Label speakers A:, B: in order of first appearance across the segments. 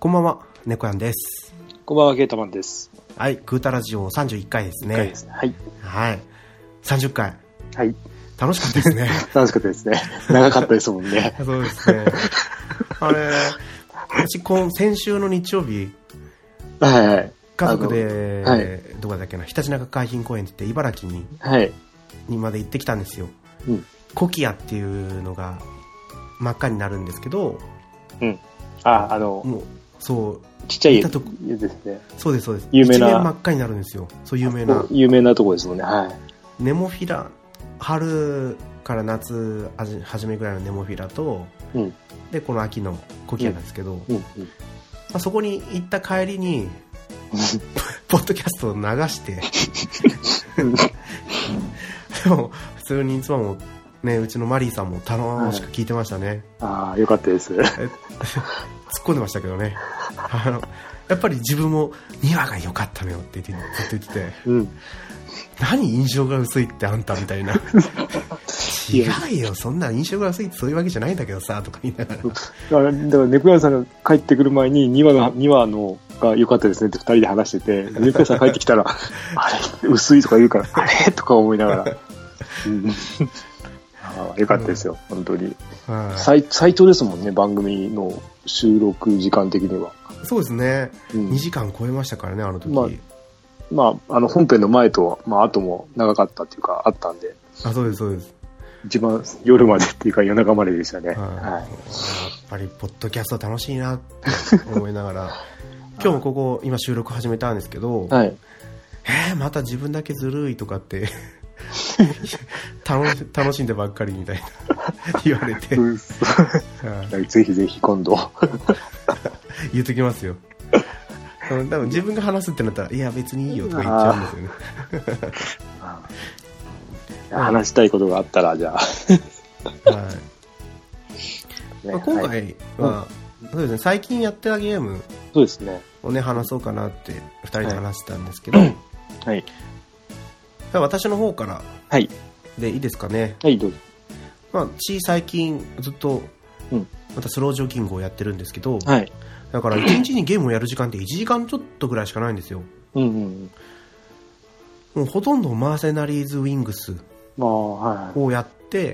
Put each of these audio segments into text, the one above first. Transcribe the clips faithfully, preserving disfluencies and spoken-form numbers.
A: こんばんは、猫やんです。
B: こんばんは、ゲータマンです。
A: はい、グータラジオさんじゅういっかいですね。
B: いっかいですね。はい。
A: はい。さんじゅっかい。
B: はい。
A: 楽しかったですね。
B: 楽しかったですね。長かったですもんね。
A: そうですね。あれ、私、今先週の日曜日、
B: はいはい。
A: 家族で、
B: はい、
A: どこだっけな、ひたちなか海浜公園って言って茨城に、
B: はい、
A: にまで行ってきたんですよ。
B: うん。
A: コキアっていうのが真っ赤になるんですけど、
B: うん。あ、あの、
A: もうそう
B: ちっちゃい
A: とこ
B: ですね。
A: そうですそうです。
B: 有名な。
A: 一面真っ赤になるんですよ。そう有名な。
B: 有名なとこですもんね。はい。
A: ネモフィラ、春から夏初めぐらいのネモフィラと、
B: うん、で
A: この秋のコキアなんですけど、
B: うんうんうん、
A: まあ、そこに行った帰りにポッドキャストを流してでも普通にいつもね、うちのマリーさんも楽しく聞いてましたね、はい、
B: ああ、よかったです。突っ
A: 込んでましたけどね。あのやっぱり自分もにわが良かったのよって言ってずっと言ってて、うん、何印象が薄いってあんたみたいな違うよ、そんな印象が薄いってそういうわけじゃないんだけどさとか言いながら、だ
B: からだから猫屋さんが帰ってくる前ににわのにわのが良かったですねってふたりで話してて、猫屋さん帰ってきたらあれ薄いとか言うからあれとか思いながら、うん、あ良かったですよ、うん、本当に、はい、最, 最長ですもんね、番組の収録時間的には。
A: そうですね、うん、にじかん超えましたからね、あの時。
B: まあまあ、あの本編の前と、まあ後も長かったっていうかあったんで。
A: あ、そうですそうです。
B: 一番夜までっていうか夜中まででしたね。はい。
A: やっぱりポッドキャスト楽しいなって思いながら、今日もここ今収録始めたんですけど、はい、えー、また自分だけずるいとかって楽し楽しんでばっかりみたいな言われて、うん、
B: ぜひぜひ今度
A: 言っときますよ。多分自分が話すってなったらいや別にいいよとか言っちゃうんですよね。
B: 話したいことがあったらじゃあ、
A: はいね、まあ、今回は、うん、そうですね、最近やってたゲーム
B: そうですね
A: をね話そうかなってふたりで話してたんですけど、はいはい、私の方から、はい、でいいですかね。
B: はい、どうぞ。
A: まあ、私最近ずっとまたスロージョギングをやってるんですけど、はい、だからいちにちにゲームをやる時間っていちじかんちょっとぐらいしかないんですよ。うんうん、もうほとんどマーセナリーズウィングスをやって、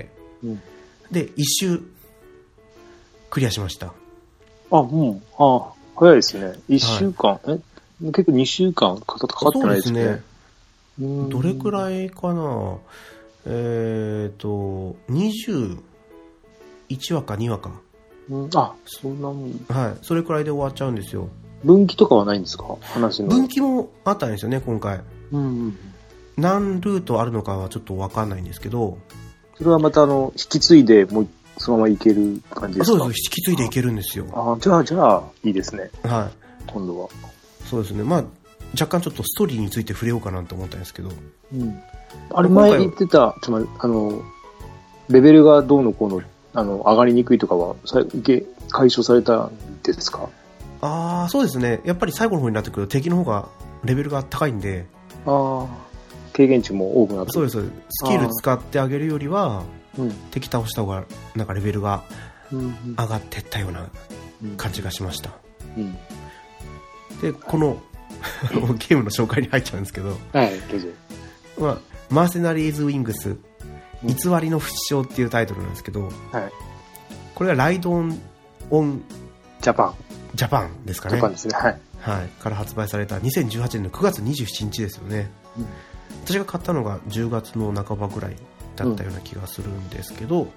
A: うん、でいっ周クリアしました。
B: あ、うん、あ、早いですね。いっしゅうかん、はい、え結構にしゅうかんかかってないですね。そうです
A: ね。どれくらいかな、えっとにじゅういちわかにわか、
B: うん、あ、そんなもん、
A: はい、それくらいで終わっちゃうんですよ。
B: 分岐とかはないんですか、話の。
A: 分岐もあったんですよね今回、うんうん、何ルートあるのかはちょっと分かんないんですけど、
B: それはまたあの引き継いでもうそのまま行ける感じですか。
A: そうです、引き継いで行けるんですよ。
B: ああ、じゃあじゃあいいですね、
A: はい、
B: 今度は。
A: そうですね、まあ若干ちょっとストーリーについて触れようかなと思ったんですけど、うん、
B: あれ前言ってたちょあのレベルがどうのこうのあの上がりにくいとかは解消されたんですか。
A: ああ、そうですね、やっぱり最後の方になってくると敵の方がレベルが高いんで、
B: ああ、経験値も多くなって、
A: そうです、スキル使ってあげるよりは、うん、敵倒した方がなんかレベルが上がってったような感じがしました、うんうん、でこのゲームの紹介に入っちゃうんですけど、
B: はい、どうぞ。
A: まあ、マーセナリーズウィングス偽りの不死鳥っていうタイトルなんですけど、はい、これがライドオンオン
B: ジャパン
A: ジャパンですかね。
B: ジャパンですね、はい、
A: はい、から発売されたにせんじゅうはちねんのくがつにじゅうしちにちですよね、うん、私が買ったのがじゅうがつの半ばぐらいだったような気がするんですけど、うん、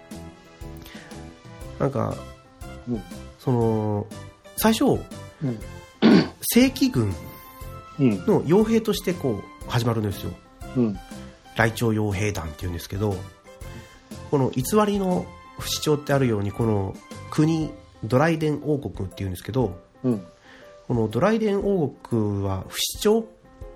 A: なんか、うん、その最初、うん、正規軍の傭兵としてこう始まるんですよ、うん、雷鳥傭兵団っていうんですけど、この偽りの不死鳥ってあるようにこの国ドライデン王国っていうんですけど、うん、このドライデン王国は不死鳥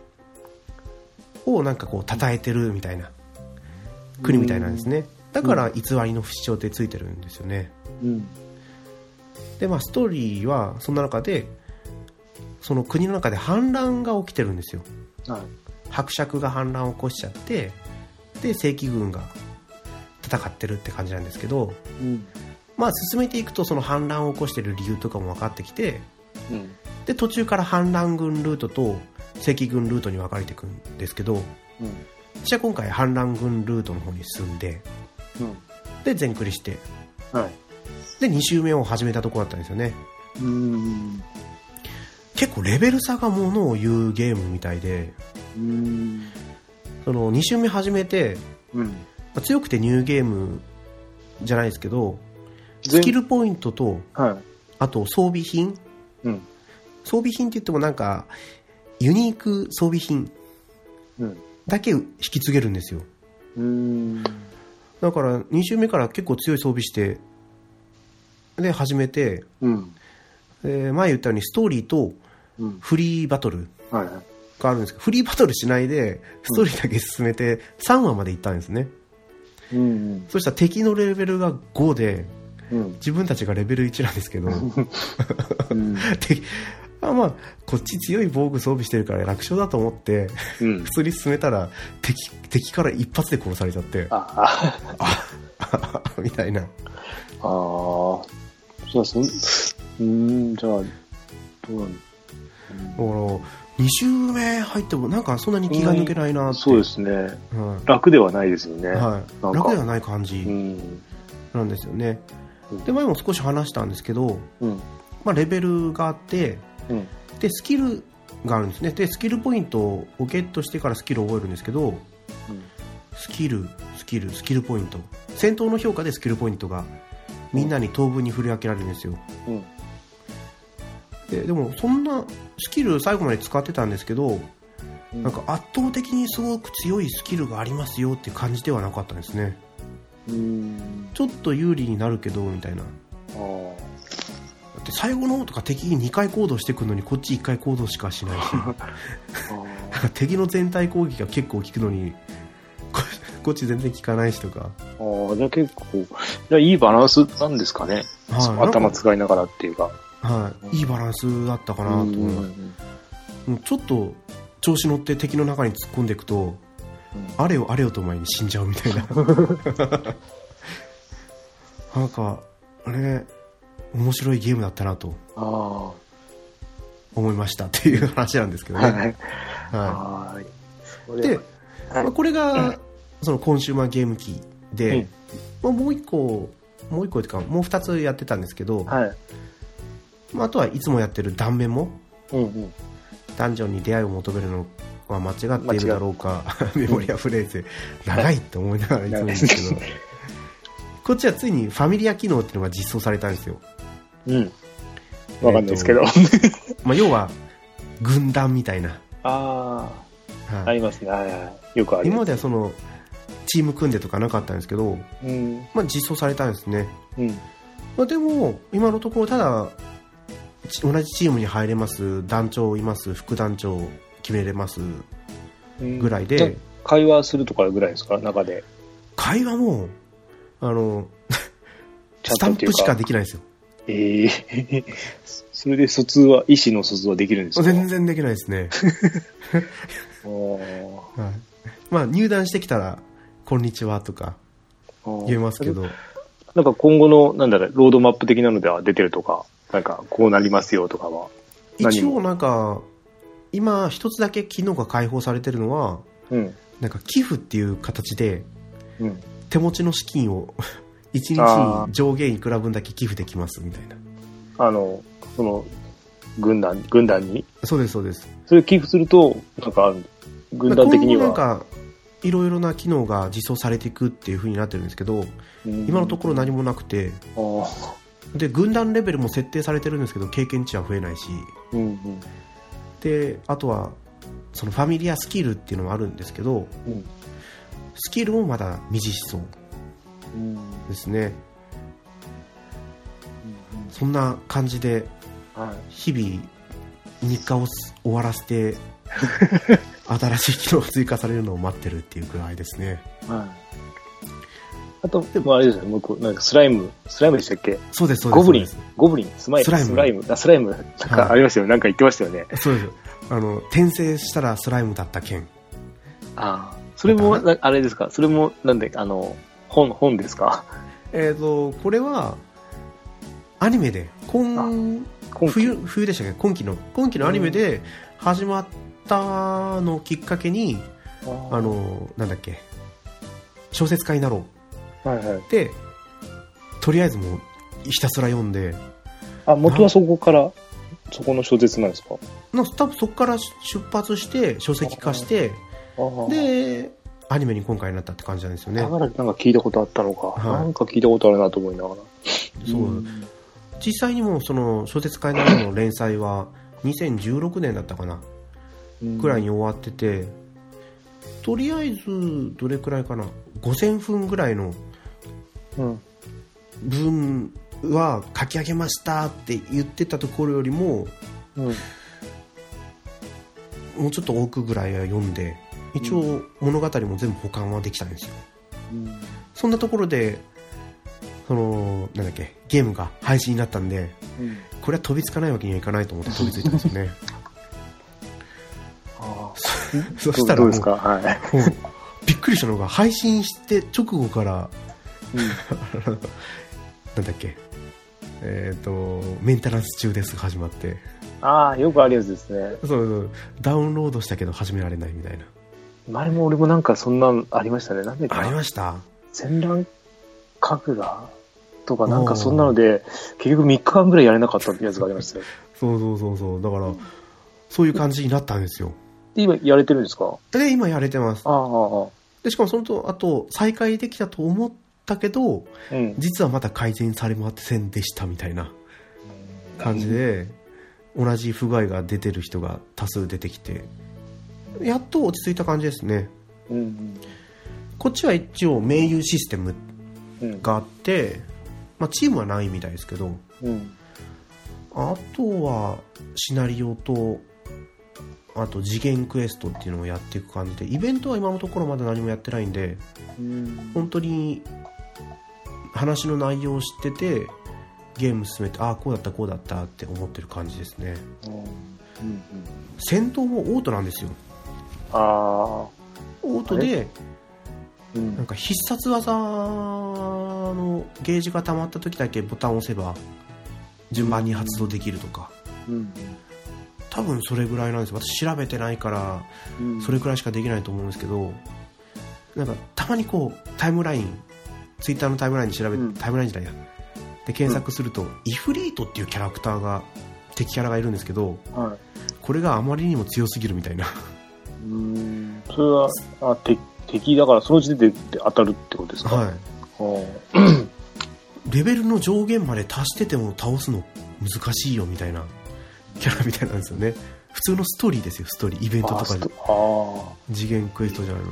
A: をなんかこう称えてるみたいな国みたいなんですね。だから偽りの不死鳥ってついてるんですよね、うん、でまあストーリーはそんな中でその国の中で反乱が起きてるんですよ、はい、伯爵が反乱を起こしちゃってで正規軍が戦ってるって感じなんですけど、うん、まあ進めていくとその反乱を起こしてる理由とかも分かってきて、 うん、で途中から反乱軍ルートと正規軍ルートに分かれていくんですけど、うん、私は今回反乱軍ルートの方に進んで、うん、で全クリして、はい、でに周目を始めたところだったんですよね。うーん、結構レベル差がものを言うゲームみたいで、うーん、そのに周目始めて、うん、まあ、強くてニューゲームじゃないですけどスキルポイントと、はい、あと装備品、うん、装備品って言ってもなんかユニーク装備品だけ引き継げるんですよ。うーん、だからに周目から結構強い装備してで始めて、うん、で前言ったようにストーリーとフリーバトルがあるんですけど、フリーバトルしないでストーリーだけ進めてさんわまで行ったんですね。うんうん、そしたら敵のレベルがごで、うん、自分たちがレベルいちなんですけど、うん、あ、まあこっち強い防具装備してるから楽勝だと思って、うん、普通に進めたら 敵, 敵から一発で殺されちゃって、ああみたいな。ああ、じゃあそんうんじゃあどうなんだろう。に周目入ってもなんかそんなに気が抜けないなって、うん、そうですね、はい、楽ではないですよね、はい、楽ではない感じなんですよね、うん、で前も少し話したんですけど、うん、まあ、レベルがあって、うん、でスキルがあるんですね。でスキルポイントをゲットしてからスキルを覚えるんですけど、うん、スキルスキルスキルポイント、戦闘の評価でスキルポイントがみんなに等分に振り分けられるんですよ、うん、で, でもそんなスキル最後まで使ってたんですけど、うん、なんか圧倒的にすごく強いスキルがありますよっていう感じではなかったんですね。うーん、ちょっと有利になるけどみたいな。あ、だって最後の方とか敵ににかい行動してくるのにこっちいっかい行動しかしないし敵の全体攻撃が結構効くのに こ, こっち全然効かないしとか。ああ、じゃあ結構じゃあいいバランスなんですかね、はい、頭使いながらっていうか、はい、いいバランスだったかなと思います。うん、ちょっと調子乗って敵の中に突っ込んでいくと、うん、あれよあれよと前に死んじゃうみたいななんかあれ面白いゲームだったなと思いましたっていう話なんですけどね。はい、はい、で、まあ、これがそのコンシューマーゲーム機で、うん、まあ、もう一個もう一個というかもう二つやってたんですけど、はい、まあ、あとはいつもやってる断面も、うんうん、ダンジョンに出会いを求めるのは間違っているだろうかメモリアフレーズ長いって思いながらいつも言うんですけどこっちはついにファミリア機能っていうのが実装されたんですよ。うん、わかんないですけど、えーまあ、要は軍団みたいな、あ、はい、ありますね、はいはい、よくある。今まではそのチーム組んでとかなかったんですけど、うん、まあ、実装されたんですね、うん、まあ、でも今のところただ同じチームに入れます、団長います、副団長決めれますぐらいで、うん、会話するとかぐらいですか、中で。会話もあのスタンプしかできないんですよ。えー、それで疎通は意思の疎通はできるんですか。全然できないですねはい、まあ入団してきたらこんにちはとか言えますけど、なんか今後のなんだろうロードマップ的なのでは出てるとか、なんかこうなりますよとかは一応なんか今一つだけ機能が開放されてるのは、うん、なんか寄付っていう形で、うん、手持ちの資金をいちにちに上限いくら分だけ寄付できますみたいな。あのその軍団軍団に。そうですそうです。それ寄付するとなんか軍団的にはなんかいろいろな機能が実装されていくっていう風になってるんですけど、今のところ何もなくて、あで軍団レベルも設定されてるんですけど経験値は増えないし、うんうん、であとはそのファミリアスキルっていうのもあるんですけど、うん、スキルもまだ未実装ですね、うんうん、そんな感じで日々日課を終わらせて新しい機能が追加されるのを待ってるっていうくらいですね、はい、あとでもあれですよね、僕なんかスライムスライムでしたっけ。そうですそうです。ゴブリンゴブリンスマイルスライムスライムあスライムなんかありましたよ、はい、なんか言ってましたよね。そうです。あの転生したらスライムだった件。ああ、それもあれですか。それもなんであの本本ですか。えっとこれはアニメで今冬冬でしたっけ、今期の今期のアニメで始まったのをきっかけに、うん、あのなんだっけ、小説家になろう、はいはい、でとりあえずもうひたすら読んで、
B: あ、元はそこからそこの小説なんですか？
A: 多分そこから出発して書籍化して、でアニメに今回になったって感じなんですよね。
B: だからなんか聞いたことあったのか、はい、なんか聞いたことあるなと思いながら。
A: そう、うん、実際にもその小説家になるの連載はにせんじゅうろくねんだったかな、うん、くらいに終わってて、とりあえずどれくらいかな、ごせんふんぐらいの文は書き上げましたって言ってたところよりも、うん、もうちょっと多くぐらいは読んで、一応物語も全部保管はできたんですよ、うん、そんなところでそのなんだっけ、ゲームが配信になったんで、うん、これは飛びつかないわけにはいかないと思って飛びついたんですよねあそ, そしたらもう、どうですか、はい、もうびっくりしたのが配信して直後から、うん、なんだっけ、えっ、ー、とメンテナンス中ですが始まって、
B: ああよくあるやつですね。
A: そうそう、ダウンロードしたけど始められないみたいな。
B: 前も俺もなんかそんなありましたね。なんでか
A: ありました。
B: 戦乱神楽とかなんかそんなので結局みっかかんぐらいやれなかったってやつがありましたよ
A: そうそうそうそう、だからそういう感じになったんですよ。
B: で今やれてるんですか？
A: で今やれてます。
B: ああ、
A: でしかもそのとあと再開できたと思ったけど、うん、実はまだ改善されませんでしたみたいな感じで、うん、同じ不具合が出てる人が多数出てきて、やっと落ち着いた感じですね、うんうん、こっちは一応盟友システムがあって、うん、まあ、チームはないみたいですけど、うん、あとはシナリオとあと次元クエストっていうのをやっていく感じで、イベントは今のところまだ何もやってないんで、うん、本当に話の内容を知っててゲーム進めて、ああこうだったこうだったって思ってる感じですね、うんうんうん、戦闘もオートなんですよ。
B: あオ
A: ートで、うん、なんか必殺技のゲージが溜まった時だけボタンを押せば順番に発動できるとか、うんうん、多分それぐらいなんですよ。私調べてないからそれぐらいしかできないと思うんですけど、なんかたまにこうタイムライン、ツイッターのタイムラインに調べて、うん、タイムラインじゃないやで検索すると、うん、イフリートっていうキャラクターが敵キャラがいるんですけど、はい、これがあまりにも強すぎるみたいな。
B: うーん、それはあ敵、敵だからその時点で当たるってことですか？はい。
A: レベルの上限まで達してても倒すの難しいよみたいなキャラみたいなんですよね。普通のストーリーですよ、ストーリー、イベントとかで。次元クエストじゃないのに。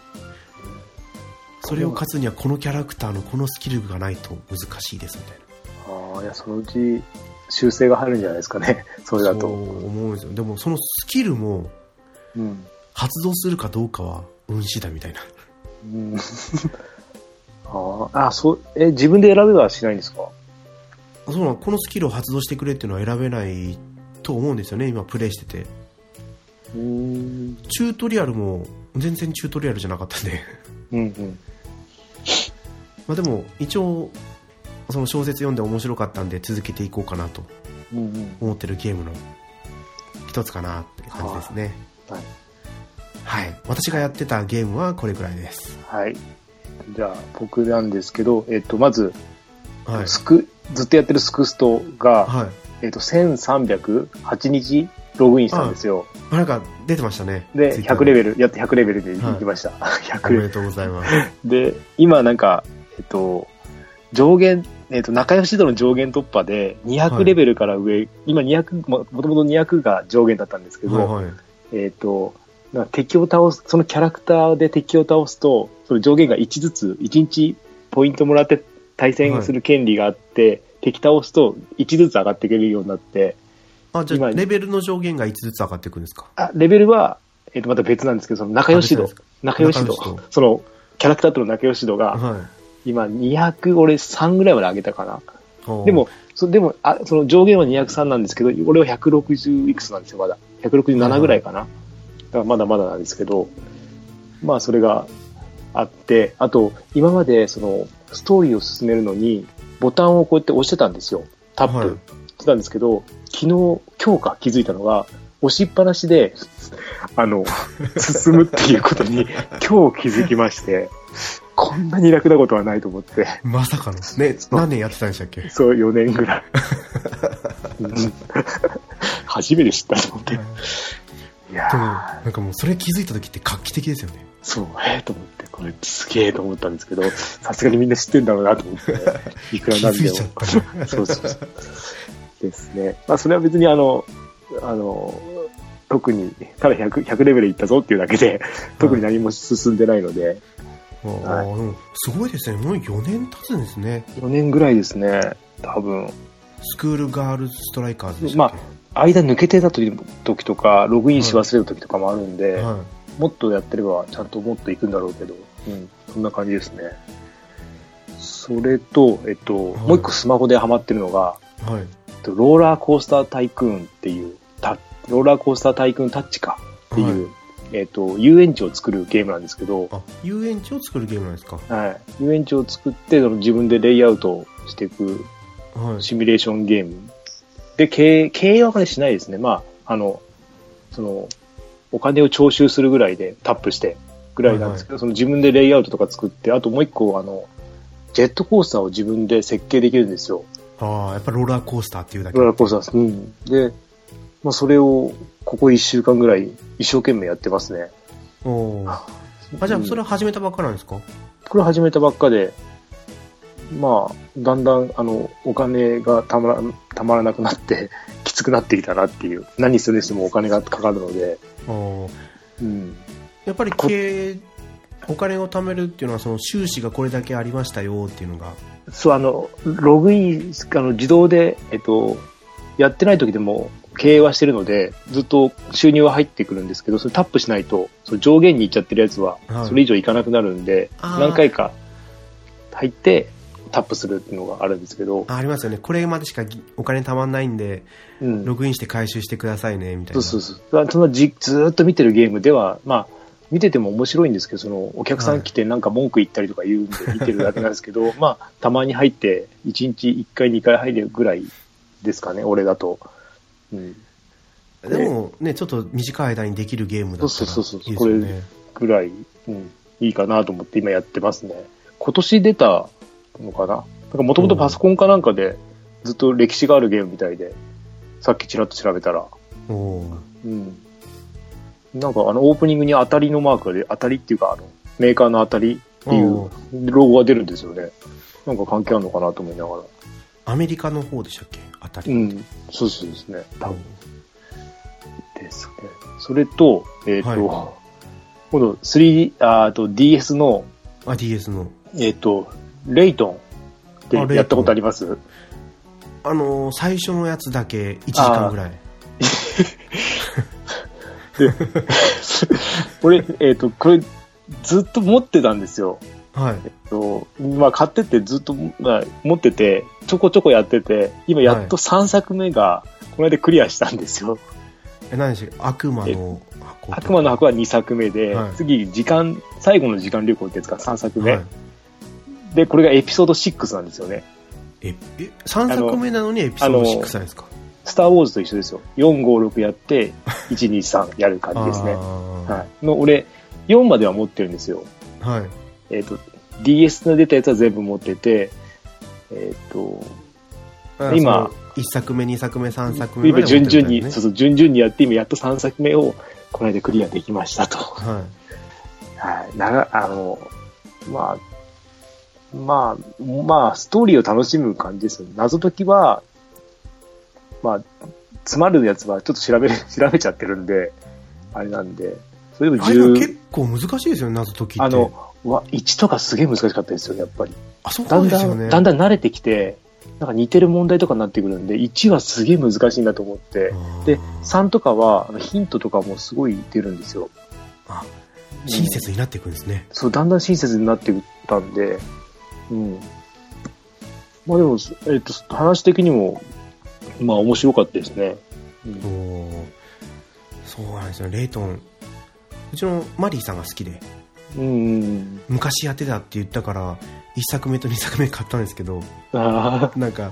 A: それを勝つにはこのキャラクターのこのスキルがないと難しいですみたい
B: な。ああ、いやそのうち修正が入るんじゃないですかね。それだと。
A: そう思うんですよ。でもそのスキルもうん、発動するかどうかは運次第みたいな、うん、
B: ああ、そう、え、自分で選べはしないんですか？
A: そうなの、このスキルを発動してくれっていうのは選べないと思うんですよね、今プレイしてて。うーん、チュートリアルも全然チュートリアルじゃなかったんでうん、うん、まあでも一応その小説読んで面白かったんで続けていこうかなと思ってるゲームの一つかなって感じですね。はい、はい、私がやってたゲームはこれくらいです。
B: はい。じゃあ僕なんですけど、えっとまず、はい、スクずっとやってるスクストが、はい、えっとせんさんびゃくはちにちログインしたんですよ。
A: あ、なんか出てましたね。
B: でひゃくレベルやってひゃくレベルで行きました。はい、ひゃく
A: おめでとうございます。
B: で今なんかえっと上限えっと仲良し度の上限突破でにひゃくレベルから上、はい、今にひゃくもともとにひゃくが上限だったんですけど。はいはい、えっ、ー、と、敵を倒す、そのキャラクターで敵を倒すと、その上限がいちずつ、いちにちポイントもらって対戦する権利があって、はい、敵倒すといちずつ上がっていけるようになって、
A: あ、じゃあレベルの上限がいちずつ上がっていくんですか？
B: あ、レベルは、えっ、ー、と、また別なんですけど、その仲良し度、仲良し度、そのキャラクターとの仲良し度が、はい、今にひゃく、俺さんぐらいまで上げたかな。でも、そでもあその上限はにひゃくさんなんですけど、俺はひゃくろくじゅういくつなんですよ、まだ。ひゃくろくじゅうななぐらいかな。はい、だからまだまだなんですけど、まあそれがあって、あと今までそのストーリーを進めるのにボタンをこうやって押してたんですよ。タップ。はい、 たんですけど、昨日、今日か気づいたのが、押しっぱなしで、あの、進むっていうことに今日気づきまして、こんなに楽なことはないと思って。
A: まさかの。ね、何年やってたんでしたっけ？
B: そう、よねんぐらい。初めて知ったと思って。いや
A: でも、なんかもうそれ気づいた時って画期的ですよね。
B: そう、ええー、と思って、これすげえと思ったんですけど、さすがにみんな知ってんだろうなと思って、いくらなんでも。
A: 気づいちゃった。
B: そうそうそう。ですね。まあ、それは別にあの、あの、特に、ただ 100, ひゃくレベルいったぞっていうだけで、特に何も進んでないので。
A: はい、あすごいですね。もうよねん経つんですね。
B: よねんぐらいですね、多分。
A: スクールガールズストライカーズでしたっけ？
B: まあ、間抜けてた時とか、ログインし忘れた時とかもあるんで、はいはい、もっとやってればちゃんともっといくんだろうけど、うん、そんな感じですね。それと、えっと、はい、もう一個スマホでハマってるのが、はい、ローラーコースタータイクーンっていう、ローラーコースタータイクーンタッチかっていう、はい、えっと、遊園地を作るゲームなんですけど。
A: あ、遊園地を作るゲームなんですか？
B: はい。遊園地を作って、自分でレイアウトしていくシミュレーションゲーム。はい、で、経営、経営はお金しないですね。まあ、あの、その、お金を徴収するぐらいでタップしてぐらいなんですけど、はいはい、その自分でレイアウトとか作って、あともう一個、あの、ジェットコースターを自分で設計できるんですよ。
A: ああ、やっぱローラーコースターっていうだけ。
B: ローラーコースターです。うん。で、まあ、それを、ここいっしゅうかんぐらい一生懸命やってますね。
A: おあ、じゃあそれは始めたばっかなんですか？うん、
B: これ始めたばっかで、まあ、だんだん、あの、お金がたまら、たまらなくなって、きつくなってきたなっていう。何するにしてもお金がかかるので。
A: うん、やっぱり経営、お金を貯めるっていうのは、その収支がこれだけありましたよっていうのが。
B: そう、あの、ログイン、あの、自動で、えっと、やってない時でも経営はしてるので、ずっと収入は入ってくるんですけど、それタップしないと、その上限に行っちゃってるやつは、それ以上いかなくなるんで、はい、何回か入ってタップするっていうのがあるんですけど。
A: あ、ありますよね。これまでしかお金たまんないんで、うん、ログインして回収してくださいね、みたいな。
B: そうそうそう。そのじずーっと見てるゲームでは、まあ、見てても面白いんですけど、そのお客さん来てなんか文句言ったりとか言うんで見てるだけなんですけど、はい、まあ、たまに入って、いちにちいっかいにかい入るぐらいですかね、俺だと。うん、
A: でもね、ちょっと短い間にできるゲームだったらいいですよね。そうそうそう、
B: これぐらい、うん、いいかなと思って今やってますね。今年出たのかな。なんかもともとパソコンかなんかでずっと歴史があるゲームみたいで、さっきちらっと調べたら、おうん、なんかあのオープニングに当たりのマークで、当たりっていうかあのメーカーの当たりっていうロゴが出るんですよね。なんか関係あるのかなと思いながら。
A: アメリカの方でしたっけ？当たり。
B: うん、そうそうですね。多分。ですね。それと、えっ、ー、と、はい、今度スリーディー、あと ディーエス の、
A: あ、ディーエス の。
B: えっ、ー、と、レイトンってやったことあります？
A: あ, あのー、最初のやつだけいちじかんぐらい。
B: で、俺、えっ、ー、と、これずっと持ってたんですよ。
A: はい。
B: えっと、まあ、買っててずっと、まあ、持ってて、ちょこちょこやってて、今やっとさんさくめが、この間クリアしたんですよ。
A: え、何でしたっけ？悪魔の箱。
B: 悪魔の箱はにさくめで、はい、次、時間、最後の時間旅行ってやつがさんさくめ。はい、で、これがエピソードろくなんですよね。
A: え、え、さんさくめなのにエピソードろくなんですか？
B: スター・ウォーズと一緒ですよ。よん、ご、ろくやって、いち、に、さんやる感じですね。はい。の、俺、よんまでは持ってるんですよ。
A: はい。
B: えっ、ー、と、ディーエス の出たやつは全部持ってて、えっ、ー、と、今、
A: いっさくめ、にさくめ、さんさくめまで
B: 持ってる、ね、今、順々に、そうそう、順々にやって、今、やっとさんさくめを、この間クリアできましたと。
A: はい。
B: はい。なが、あの、まあ、まあ、まあ、ストーリーを楽しむ感じですよね。謎解きは、まあ、詰まるやつはちょっと調べ、調べちゃってるんで、あれなんで、それでもじゅう、
A: 結構難しいですよね、謎解きって。
B: あの、わいちとかすげえ難しかったですよ、やっぱり。
A: あ、そうですよね。
B: だんだん、だんだん慣れてきて、なんか似てる問題とかになってくるんで、いちはすげえ難しいなと思って、で、さんとかはヒントとかもすごい出るんですよ。
A: あ、親切になっていくんですね。
B: うん、そう、だんだん親切になっていったんで、うん。まあでも、えっと、話的にも、まあ面白かったですね。
A: うん、おそうなんですよ、レイトン。うちのマリーさんが好きで、
B: うん、
A: 昔やってたって言ったからいっさくめとにさくめ買ったんですけど、
B: あ
A: なんか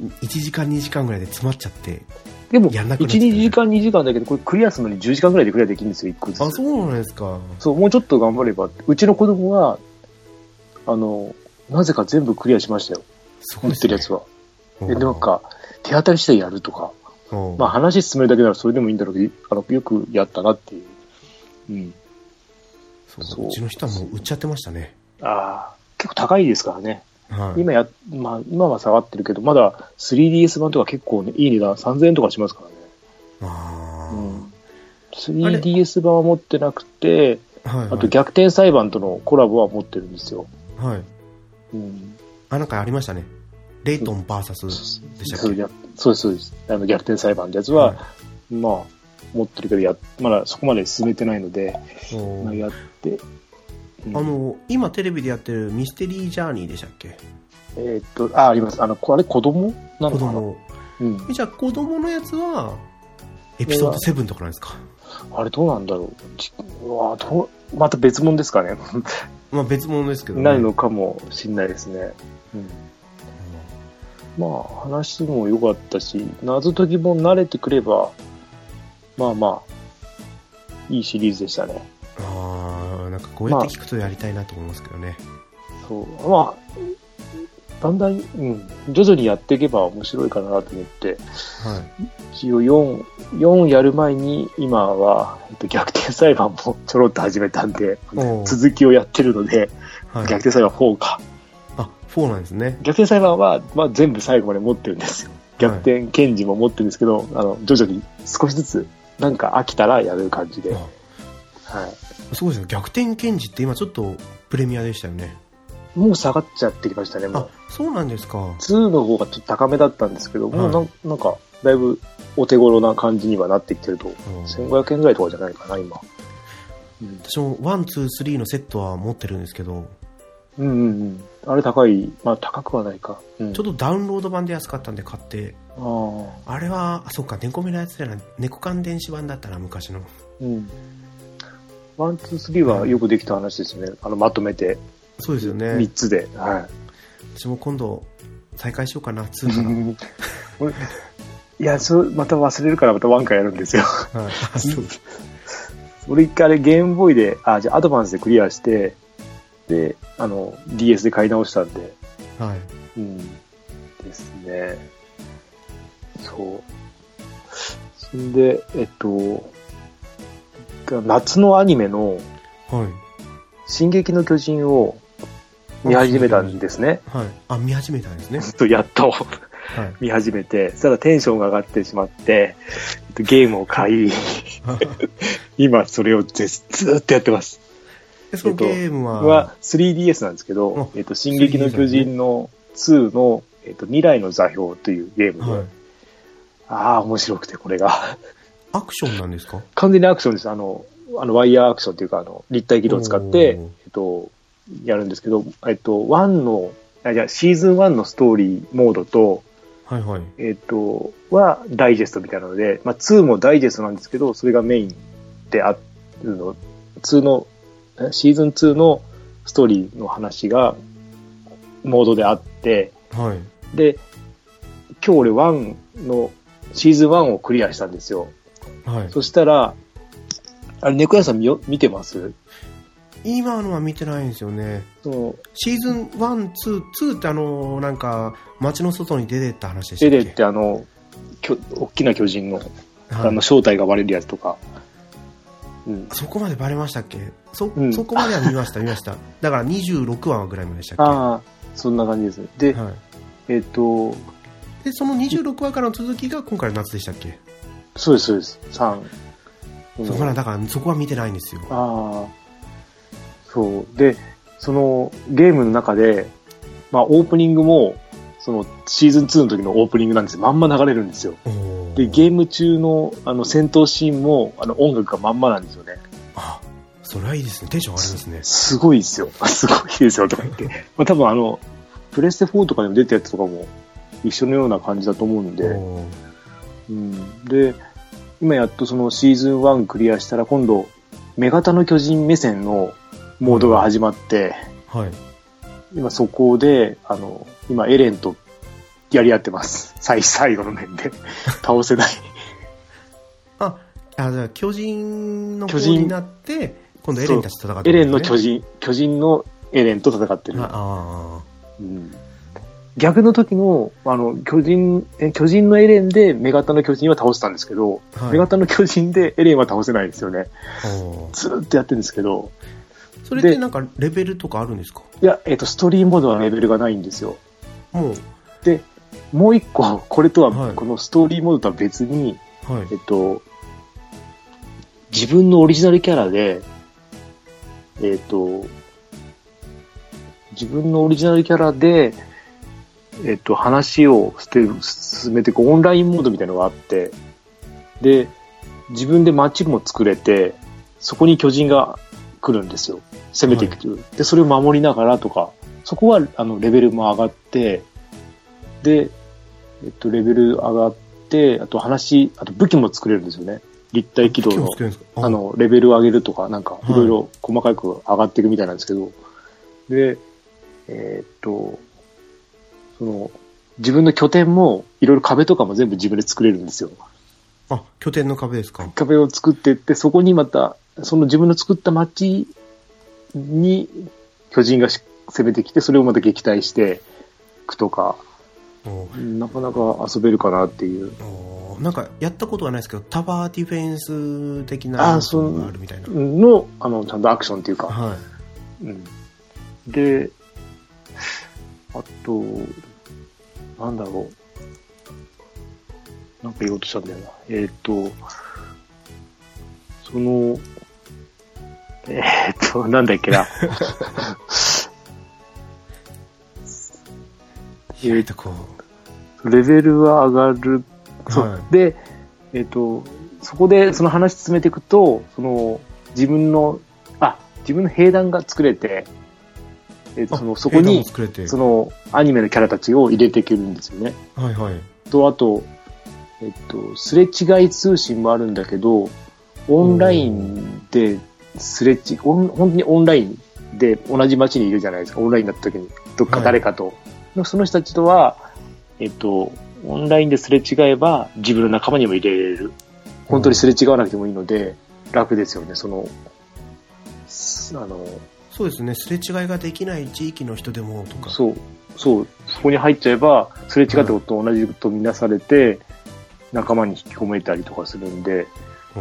A: いちじかんにじかんぐらいで詰まっちゃって
B: でもやんなくなっちゃった、ね、いち、にじかんにじかんだけどこれクリアするのにじゅうじかんぐらいでクリアできるんですよいっこずつ。
A: あ、そうなんですか。
B: そう、もうちょっと頑張れば。うちの子供はあのなぜか全部クリアしましたよ。持、ね、ってるやつは。でなんか手当たり次第やるとか、まあ話進めるだけならそれでもいいんだろうけど、あのよくやったなっていう。うん。
A: そうそう、うちの人はもう売っちゃってましたね。
B: ああ、結構高いですからね。
A: はい、
B: 今や、まあ今は下がってるけど、まだ スリーディーエス 版とか結構ね、いい値段さんぜんえんとかしますからね。
A: ああ、うん。
B: スリーディーエス 版は持ってなくて、あ, はいはい、あと逆転裁判とのコラボは持ってるんですよ。
A: はい。
B: うん。
A: あ、なんかありましたね。レイトン ブイエス でしたっけ？
B: そうです、そうです。あの逆転裁判ってやつは、はい、まあ、持ってるけどや、まだそこまで進めてないので、まあ、やって、
A: うん、あの、今テレビでやってるミステリージャーニーでしたっけ？
B: えー、っと、あ、あります。あの、あれ子供なのかな？子供。
A: うん。じゃあ子供のやつは、エピソードセブンとかなんですか？
B: あれどうなんだろう。うわどうまた別物ですかね。
A: まあ別物ですけどね。
B: ないのかもしれないですね。うん。まあ話も良かったし、謎解きも慣れてくれば、まあまあ、いいシリーズでしたね。
A: ああ、なんかこうやって聞くとやりたいなと思いますけどね。
B: まあ、そう、まあ、だんだん、うん、徐々にやっていけば面白いかなと思って、はい、一応よん、よんやる前に今は、えっと、逆転裁判もちょろっと始めたんで、続きをやってるので、はい、逆転裁判フォーか。
A: あ、フォーなんですね。
B: 逆転裁判は、まあ、全部最後まで持ってるんですよ。逆転検事も持ってるんですけど、はい、あの徐々に少しずつなんか飽きたらやる感じで。はい、
A: すごいですね。逆転検事って今ちょっとプレミアでしたよね。
B: もう下がっちゃってきましたね。もう
A: あ、そうなんですか。
B: にの方がちょっと高めだったんですけど、はい、もう な, なんかだいぶお手頃な感じにはなってきてると、うん、せんごひゃくえんぐらいとかじゃないかな今。
A: うん、私もワン、ツー、スリーのセットは持ってるんですけど、
B: うんうんうん、あれ高い、まあ高くはないか、
A: うん、ちょっとダウンロード版で安かったんで買って、あ, あれは、あ、そっか、猫目のやつじゃない、猫缶電子版だったな、昔の。
B: うん。ワン、ツー、スリーはよくできた話ですね。あの、まとめて。
A: そうですよね。
B: みっつで。はい。
A: 私も今度、再開しようかな、ツーから。
B: 俺いや、そまた忘れるからまたワンからやるんですよ。はい。そう俺一回あれゲームボーイで、あ、じゃあアドバンスでクリアして、で、あの、ディーエス で買い直したんで。
A: はい。
B: うん。ですね。そう。そんで、えっと、夏のアニメの、
A: はい。
B: 進撃の巨人を見始めたんですね。
A: はい。あ、見始めたんですね。
B: とやっと、はい、見始めて、そしたらテンションが上がってしまって、ゲームを買い、今それをずーっとやってます。
A: そのゲームは、
B: えっと、は スリーディーエス なんですけど、えっと、進撃の巨人のツーの、えっと、未来の座標というゲームで、はい、ああ、面白くて、これが。
A: アクションなんですか？
B: 完全にアクションです。あの、あのワイヤーアクションっていうか、あの、立体機動を使って、えっと、やるんですけど、えっと、ワンの、あ、じゃあシーズンワンのストーリーモードと、
A: はいはい。
B: えっと、はダイジェストみたいなので、まあ、ツーもダイジェストなんですけど、それがメインであるの、ツーの、シーズンツーのストーリーの話が、モードであって、
A: はい。
B: で、今日俺ワンの、シーズンワンをクリアしたんですよ。
A: はい。
B: そしたら、あれ、猫屋さん見よ見てます？
A: 今のは見てないんですよね。そう。シーズンワン、ツー、ツーってあの、なんか、街の外に出てった話でしたっけ？
B: 出てってあの、きょ大きな巨人の、はい、あの正体が割れるやつとか。
A: うん、そこまでバレましたっけ？そ、うん、そこまでは見ました、見ました。だからにじゅうろくわぐらいまでしたっけ？
B: ああ、そんな感じです。で、はい、えっと、
A: で、そのにじゅうろくわからの続きが今回の夏でしたっけ？
B: そうです、そうです。さん。
A: うん、そこはだから、そこは見てないんですよ。
B: ああ。そう。で、そのゲームの中で、まあオープニングも、そのシーズンツーの時のオープニングなんですよ。まんま流れるんですよ。で、ゲーム中のあの戦闘シーンもあの音楽がまんまなんですよね。
A: あ、それはいいですね。テンション上がりますね。
B: す, すごいですよ。すごいですよとか言って。まあ多分あの、プレステフォーとかでも出たやつとかも一緒のような感じだと思うんで。うん、で、今やっとそのシーズンワンクリアしたら今度、女型の巨人目線のモードが始まって、
A: はい。
B: 今そこで、あの、今エレンとやり合ってます。最、最後の面で。倒せない。
A: あ、あ、じゃあ巨人の方になって、今度エレンたちと戦って
B: る、ね。エレンの巨人、巨人のエレンと戦ってる。ああ、うん。逆の時の、あの、巨人、巨人のエレンでメガタの巨人は倒したんですけど、はい、メガタの巨人でエレンは倒せないですよね。ずーっとやってるんですけど。
A: それってなんかレベルとかあるんですか？
B: いや、えっと、ストーリーモードはレベルがないんですよ。
A: もう。
B: で、もう一個、これとは、はい、このストーリーモードとは別に、はい、えっと、自分のオリジナルキャラで、えっと、自分のオリジナルキャラで、えっと、話をして進めていくオンラインモードみたいなのがあって、で、自分で街も作れて、そこに巨人が来るんですよ。攻めていくという。はい、で、それを守りながらとか、そこは、あの、レベルも上がって、で、えっと、レベル上がって、あと話、あと武器も作れるんですよね。立体起動の、あの、レベルを上げるとか、なんか、いろいろ細かく上がっていくみたいなんですけど、はい、で、えー、っと、その、自分の拠点も、いろいろ壁とかも全部自分で作れるんですよ。
A: あ、拠点の壁ですか？
B: 壁を作っていって、そこにまた、その自分の作った街に巨人が攻めてきて、それをまた撃退していくとか、なかなか遊べるかなっていう。
A: なんかやったことはないですけど、タワーディフェンス的なのがあるみたいな。
B: の、あの、ちゃんとアクションっていうか。はい。うん、で、あと、なんだろう。なんか言おうとしたんだよな。えっと、その、えー、っと、なんだっけな。えっと、こう。レベルは上がる。はい、で、えっと、そこでその話進めていくと、その、自分の、あ、自分の兵団が作れて、えっと、その、そこに、その、アニメのキャラたちを入れていけるんですよね。
A: はいはい。
B: と、あと、えっと、すれ違い通信もあるんだけど、オンラインですれ違い、本当にオンラインで同じ街にいるじゃないですか。オンラインになった時に、どっか誰かと。はい、その人たちとは、えっと、オンラインですれ違えば自分の仲間にも入れれる。本当にすれ違わなくてもいいので、楽ですよね、その、あの、
A: そうですね、すれ違いができない地域の人でもとか。
B: そう、そう、そこに入っちゃえば、すれ違ったことと同じとみなされて、はい、仲間に引き込めたりとかするんで、うん、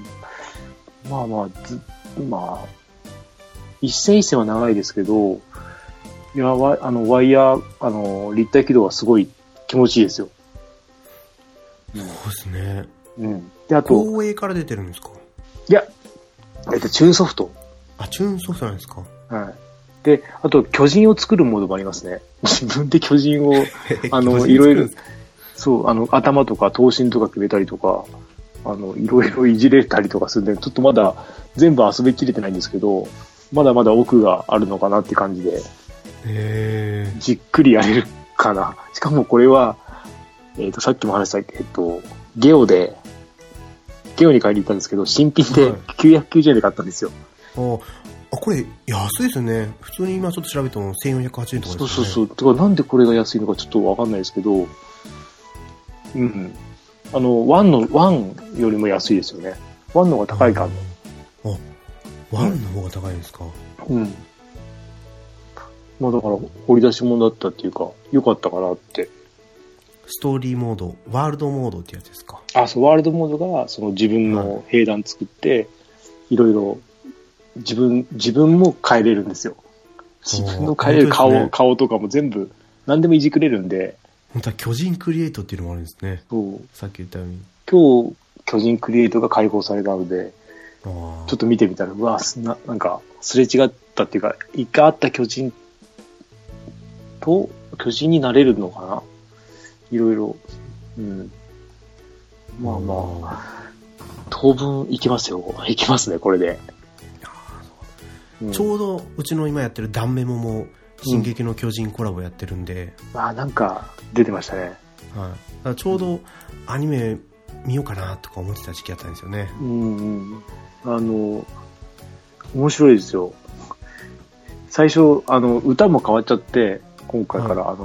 B: まあまあ、ず、まあ、一戦一戦は長いですけど、いや、ワイ、あの、ワイヤー、あの、立体起動はすごい気持ちいいですよ。
A: そうですね。
B: うん。で、あと。
A: 東映から出てるんですか？
B: いや、えっと、チューンソフト。
A: あ、チューンソフトなんですか？
B: はい。で、あと、巨人を作るモードもありますね。自分で巨人を、あの、いろいろ、そう、あの、頭とか頭身とか決めたりとか、あの、いろいろいじれたりとかするんで、ちょっとまだ全部遊びきれてないんですけど、まだまだ奥があるのかなって感じで、
A: へ
B: じっくりやれるかな。しかもこれは、えっと、さっきも話した、えっと、ゲオで、ゲオに買いに行ったんですけど、新品できゅうひゃくきゅうじゅうえんで買ったんですよ。
A: はい、あ、これ安いですよね。普通に今ちょっと調べてもせんよんひゃくはちじゅうえんとかですよね。
B: そうそうそう。てかなんでこれが安いのかちょっとわかんないですけど、うん。あの、ワンの、ワンよりも安いですよね。ワンの方が高いか
A: も。あ、ワンの方が高いんですか？
B: うん。まあだから掘り出し物だったっていうか、良かったかなって。
A: ストーリーモード、ワールドモードってやつですか？
B: あ、そう、ワールドモードが、その自分の兵団作って、いろいろ、自分、自分も変えれるんですよ。自分の変えれる顔、ね、顔とかも全部、何でもいじくれるんで。
A: 本当は巨人クリエイトっていうのもあるんですね。
B: そう。
A: さっき言ったように。
B: 今日、巨人クリエイトが開放されたので、ちょっと見てみたら、うわ、な、なんか、すれ違ったっていうか、一回あった巨人と、巨人になれるのかないろいろ。うん。まあまあ、当分いきますよ。いきますね、これで。
A: うん、ちょうど、うちの今やってるダンメモも、進撃の巨人コラボやってるんで。
B: うん、ああ、なんか、出てましたね。
A: はい。だからちょうど、アニメ見ようかなとか思ってた時期だったんですよね。
B: うんうん。あの、面白いですよ。最初、あの、歌も変わっちゃって、今回から、はい、あの、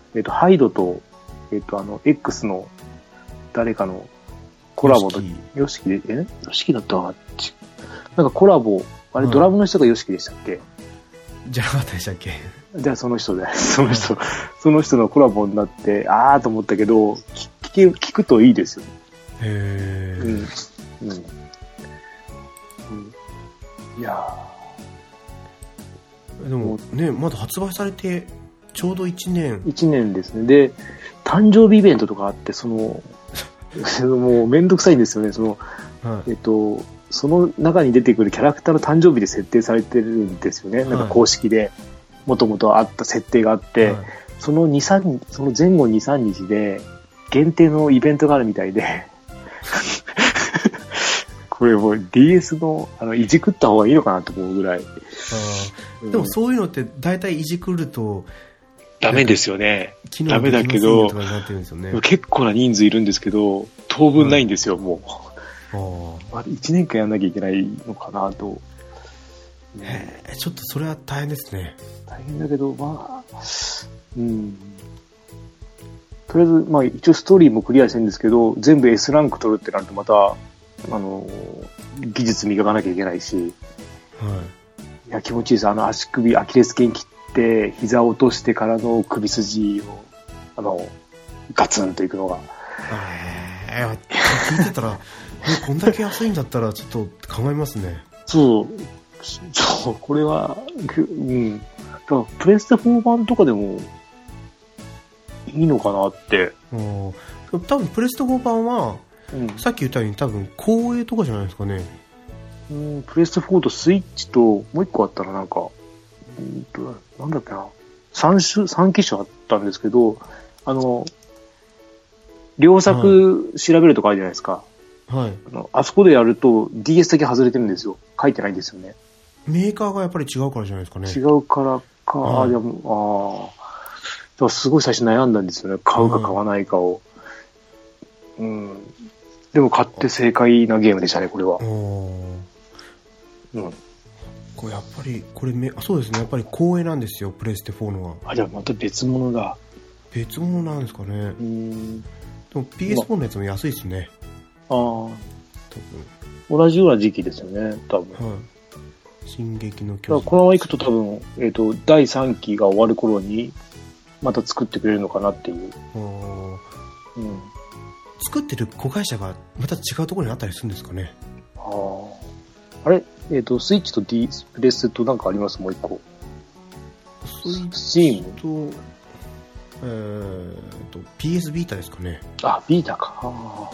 B: えっと、ハイドと、えっと、あの、X の誰かのコラボの、ヨシキで、えヨシキだったわ。なんかコラボ、あれ、ドラムの人がヨシキでしたっけ、
A: じゃなかったでしたっけ。
B: じゃあその人で、その人、その人のコラボになって、あーと思ったけど、聞, 聞くといいですよ。
A: へー。
B: うん。うん。うん、いや
A: ー。でもね、まだ発売されて、ちょうどいちねん。
B: いちねんですね。で、誕生日イベントとかあって、その、もうめんどくさいんですよね、その、はい、えっと、その中に出てくるキャラクターの誕生日で設定されてるんですよね。はい、なんか公式で、もともとあった設定があって、はい、そのに、さんにち、その前後に、さんにちで、限定のイベントがあるみたいで、これもう ディーエス の、あの、いじくった方がいいのかなと思うぐらい。
A: あ、でもそういうのって大体いじくると、
B: ダメですよね。ダメだけど、結構な人数いるんですけど、当分ないんですよ、はい、もう。あ、いちねんかんやんなきゃいけないのかなと。
A: へえ、ちょっとそれは大変ですね。
B: 大変だけど、まあ、うん。とりあえず、まあ一応ストーリーもクリアしてるんですけど、全部 エス ランク取るってなるとまた、あの、技術磨かなきゃいけないし、はい。いや、気持ちいいです。あの足首、アキレス腱切って、膝を落としてからの首筋を、あの、ガツンといくのが。
A: えー、聞いてたら、こんだけ安いんだったらちょっと考えますね。
B: そう。そう、これは、うん。だからプレステフォー版とかでもいいのかなって。
A: 多分プレステフォー版は、うん、さっき言ったように多分光栄とかじゃないですかね。
B: うん、プレステフォーとスイッチともう一個あったらなんか、うんと、なんだっけな。三種、三機種あったんですけど、あの、両作調べるとかあるじゃないですか。はい。あの、あそこでやると ディーエス だけ外れてるんですよ。書いてないんですよね。
A: メーカーがやっぱり違うからじゃないですかね。
B: 違うからか、はい、あ、でも、ああ。だからすごい最初悩んだんですよね。買うか買わないかを。うん。でも買って正解なゲームでしたね、これは。うん。
A: これやっぱり、これめ、あ、そうですね。やっぱり光栄なんですよ、プレステフォーのは。
B: あ、じゃあまた別物だ。
A: 別物なんですかね。うん。でも ピーエスフォー のやつも安いですね。
B: まああ。多分。同じような時期ですよね、多分。はい。
A: 進撃の巨人。
B: このまま行くと多分、えっと、だいさんきが終わる頃に、また作ってくれるのかなっていう。うん。
A: 作ってる子会社がまた違うところにあったりするんですかね。
B: ああ。あれえっと、スイッチと D、プレステとなんかありますもう一個。
A: スイッチと、えーと、ピーエス ビータですかね。
B: あ、ビータか。はい。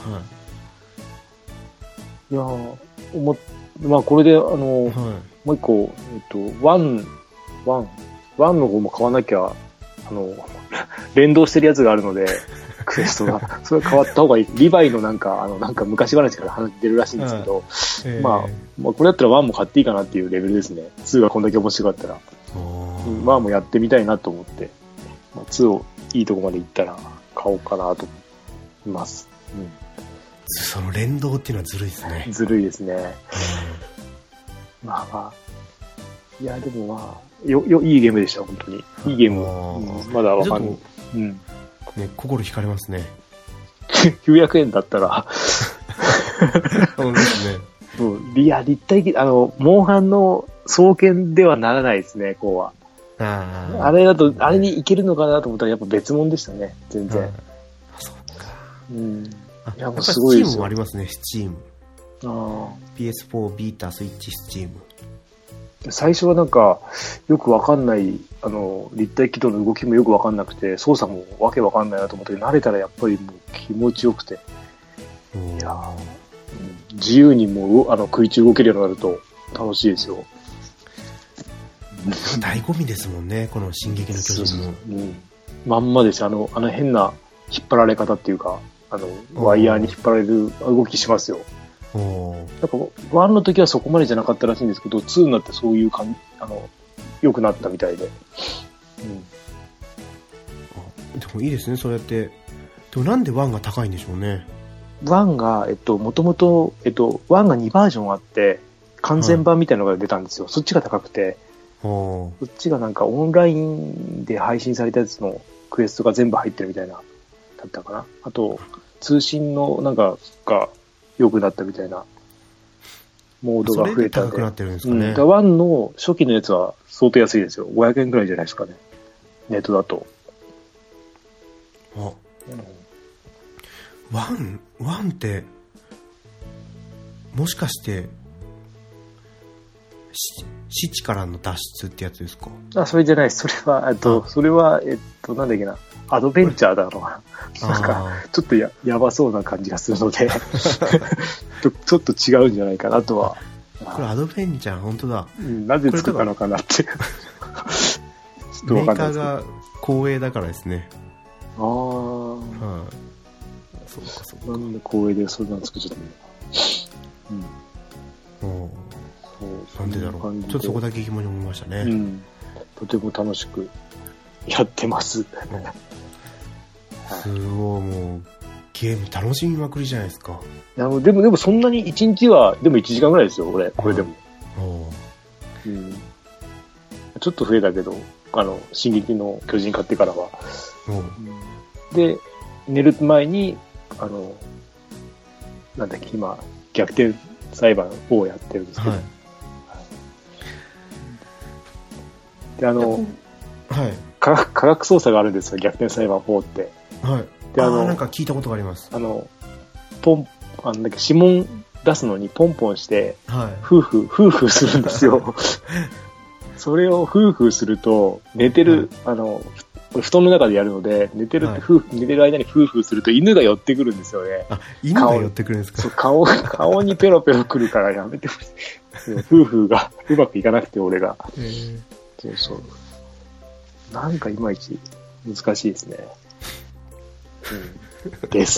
B: いやー、思っまあこれで、あの、はい、もう一個、えっと、ワン、ワン、ワンの方も買わなきゃ、あの、連動してるやつがあるので、クエストが。それ変わった方がいい。リヴァイのなんか、あの、なんか昔話から話出るらしいんですけど、えー、まあ、まあ、これだったらワンも買っていいかなっていうレベルですね。ツーがこんだけ面白かったら。うん、ワンもやってみたいなと思って、まあ、ツーをいいとこまで行ったら買おうかなと思います。うん。
A: その連動っていうのはずるいですね。
B: ずるいですね。うん、まあまあ。いや、でもまあ、よ、よ、いいゲームでした、本当に。いいゲーム。うん、まだわかんない。うん。
A: ね、心惹かれますね。
B: きゅうひゃくえんだったら。
A: そうですね。
B: うん。いや、立体、あの、モンハンの双剣ではならないですね、こうは。ああれだと、あれにいけるのかなと思ったらやっぱ別物でしたね、全然。あ、
A: そっか。
B: うん。
A: いや、もうすごいですよ。スチームもありますね、スチーム。ああ。ピーエスフォー、ビータ、スイッチ、スチーム。
B: 最初はなんか、よくわかんない、あの、立体起動の動きもよくわかんなくて、操作もわけわかんないなと思って、慣れたらやっぱりもう気持ちよくて。いや、うん、自由にもう、あの、空中動けるようになると楽しいですよ。
A: 醍醐味ですもんね、この進撃の巨人の。
B: うん。まんまです。あの、あの変な引っ張られ方っていうか、あの、ワイヤーに引っ張られる動きしますよ。なんかワンの時はそこまでじゃなかったらしいんですけど、ツーになってそういう感じ、あの、良くなったみたいで。うん。
A: あ、でもいいですね、そうやって。でもなんでワンが高いんでしょうね。
B: ワンが、えっと、もともと、えっと、ワンがにバージョンあって、完全版みたいなのが出たんですよ。はい、そっちが高くて。そっちがなんかオンラインで配信されたやつのクエストが全部入ってるみたいな、だったかな。あと、通信のなんかが良くなったみたいな、モードが増えたんで。
A: それで高くなってるんですかね。
B: うん、ワンの初期のやつは相当安いですよ。ごひゃくえんくらいじゃないですかね。ネットだと。
A: あ、うん、ワン、ワンって、もしかして、死地からの脱出ってやつですか？
B: あ、それじゃないです。それは、えっと、それは、えっと、なんだっけな。アドベンチャーだろうな。なんか、ちょっと や, やばそうな感じがするのでちょ、ちょっと違うんじゃないかなとは。
A: これアドベンチャー、本当だ。
B: うん、なぜ作ったのかなって。
A: メーカーが光栄だからですね。
B: ああ。はい、
A: あ、そうかそうか。
B: なんで光栄でそんなの作っちゃったんだ。うん。お
A: そうなんでだろう。ちょっとそこだけ疑問に思いましたね。
B: うん。とても楽しくやってます。
A: すごい、もうゲーム楽しみまくりじゃないですか。
B: いや、でもでもそんなにいちにちはでもいちじかんぐらいですよ、これこれでも。うん。ちょっと増えたけど、あの進撃の巨人買ってからは。うん、で寝る前にあのなんだっけ今逆転裁判をやってるんですけど。はいであの、はい、科学、科学操作があるんですよ、逆転裁判よんって。
A: はい。で、あの、なんか聞いたことがあります。
B: あの、ポン、あの、だっけ、指紋出すのにポンポンして、はい、夫婦、夫婦するんですよ。それを夫婦すると、寝てる、はい、あの、布団の中でやるので、寝てる、はい、夫婦、寝てる間に夫婦すると犬が寄ってくるんですよね。
A: あ、犬が寄ってくるんですか？
B: そう、顔、顔にペロペロ来るからやめてほしい。夫婦がうまくいかなくて、俺が。そうそう。なんかいまいち難しいですね。うん、です。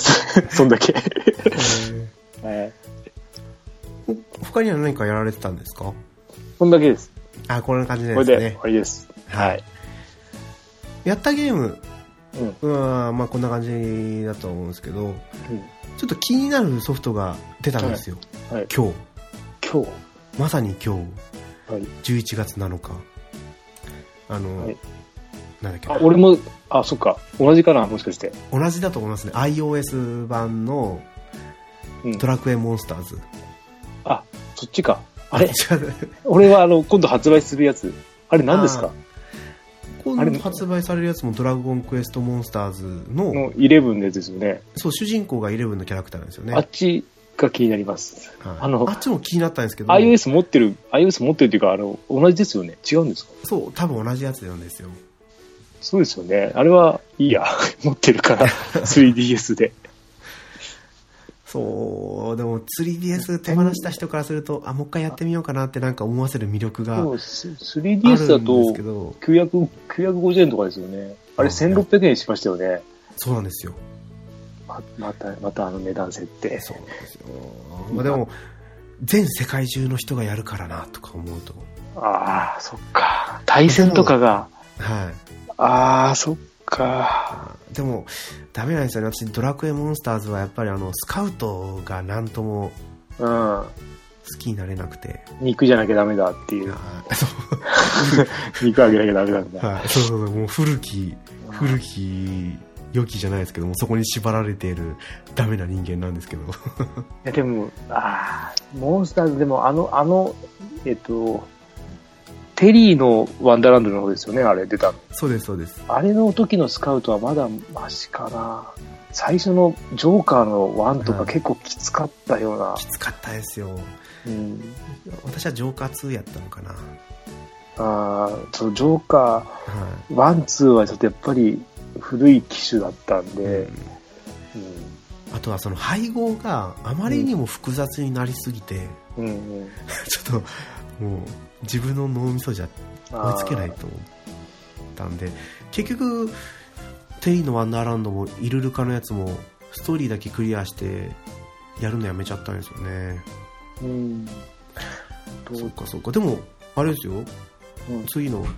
B: そんだけ。
A: えー、他には何かやられてたんですか？
B: こんだけです。
A: あ、こんな感じですね。
B: これで終わりです。はい。
A: やったゲーム、うん、はまあこんな感じだと思うんですけど、うん、ちょっと気になるソフトが出たんですよ。はいはい、今日。今日。まさに今日。はい、じゅういちがつなのか。あの、はい、なんだっけな。
B: あ、俺も、あ、そっか。同じかな、もしかして。
A: 同じだと思いますね。iOS 版のドラクエモンスターズ。うん、
B: あ、そっちか。あれ俺はあの、今度発売するやつ。あれ何ですか？
A: 今度発売されるやつもドラゴンクエストモンスターズの。
B: のじゅうのやつですよね。
A: そう、主人公がじゅうのキャラクターなんですよね。
B: あっちが気になります。
A: はい、あの、あっちも気になったんですけど。
B: iOS 持ってる、iOS 持ってるっていうか、あの、同じですよね。違うんですか？
A: そう、多分同じやつなんですよ。
B: そうですよね。あれはいいや。持ってるから、スリーディーエス で。
A: そう、でも スリーディーエス 手放した人からすると、あ、もう一回やってみようかなってなんか思わせる魅力があるんですけど。
B: スリーディーエス だときゅうひゃく、きゅうひゃくごじゅうえんとかですよね。あれせんろっぴゃくえんしましたよね。
A: そうなんですよ。
B: ま, また、またあの値段設定。
A: そうなんですよ。まあ、でも、全世界中の人がやるからなとか思うと。
B: ああ、そっか。対戦とかが。
A: はい。
B: ああ、そっか。
A: でも、ダメなんですよね。私、ドラクエモンスターズはやっぱりあの、スカウトがなんとも、うん。好きになれなくて。
B: 肉じゃなきゃダメだっていう。肉あげなきゃダメなんだ。
A: はい。そうそうそう。もう古き、古き、良きじゃないですけども、そこに縛られているダメな人間なんですけど。い
B: やでも、ああ、モンスターズでもあの、あの、えっと、テリーのワンダーランドの方ですよね、あれ出たの。
A: そうです、そうです。
B: あれの時のスカウトはまだマシかな。最初のジョーカーのワンとか結構きつかったような。はい、
A: きつかったですよ。うん。私はジョーカーツーやったのかな。
B: ああ、そのジョーカーワン、ツーはちょっとやっぱり古い機種だったんで、うんうん、
A: あとはその配合があまりにも複雑になりすぎて、うんうんうん、ちょっともう自分の脳みそじゃ追いつけないと思ったんで、結局テリーのワンダーランドもイルルカのやつもストーリーだけクリアしてやるのやめちゃったんですよね。うん。そうかそうか。でもあれですよ、うん、次の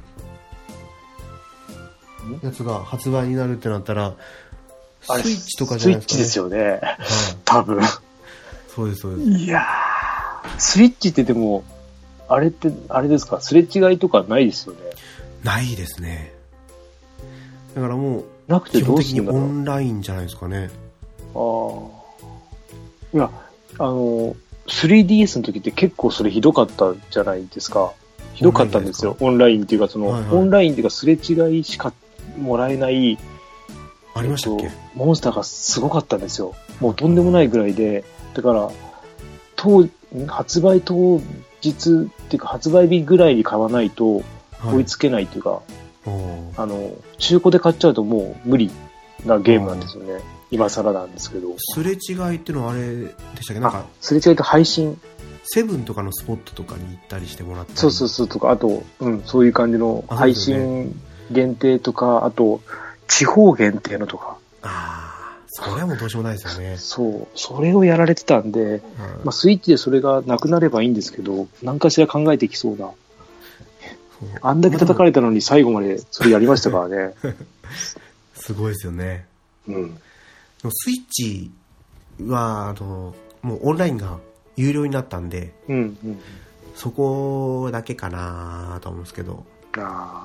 A: やつが発売になるってなったらスイッチとかじゃないですかね。
B: スイッチですよね、はい、多分。
A: そうですそうです。
B: いやー、スイッチってでもあれってあれですか、すれ違いとかないですよね。
A: ないですね。だからもう
B: なくてどうするんだろう。
A: 基本的にオンラインじゃないですかね。
B: ああ。いや、あの、スリーディーエス の時って結構それひどかったじゃないですか。ひどかったんですよ。オンラインっていうか、その、はいはい、オンラインっていうか、すれ違いしかもらえない、
A: ありましたっけ？
B: モンスターがすごかったんですよ。もうとんでもないぐらいで、だから、当、発売当日っていうか、発売日ぐらいに買わないと追いつけないっていうか、はい、あの、中古で買っちゃうともう無理なゲームなんですよね。今更なんですけど。
A: すれ違いっていうのはあれでしたっけ？なんか、
B: すれ違いと配信。
A: セブンとかのスポットとかに行ったりしてもらったり。
B: そうそうそうとか、あと、うん、そういう感じの配信限定とか、あと、地方限定のとか。
A: ああ、それはもうどうしようもないですよね。
B: そう、それをやられてたんで、うん、まあスイッチでそれがなくなればいいんですけど、何かしら考えてきそうな。あんだけ叩かれたのに最後までそれやりましたからね。
A: すごいですよね。
B: うん。
A: スイッチは、あの、もうオンラインが有料になったんで、
B: うんうん、
A: そこだけかなと思うんですけど。
B: あ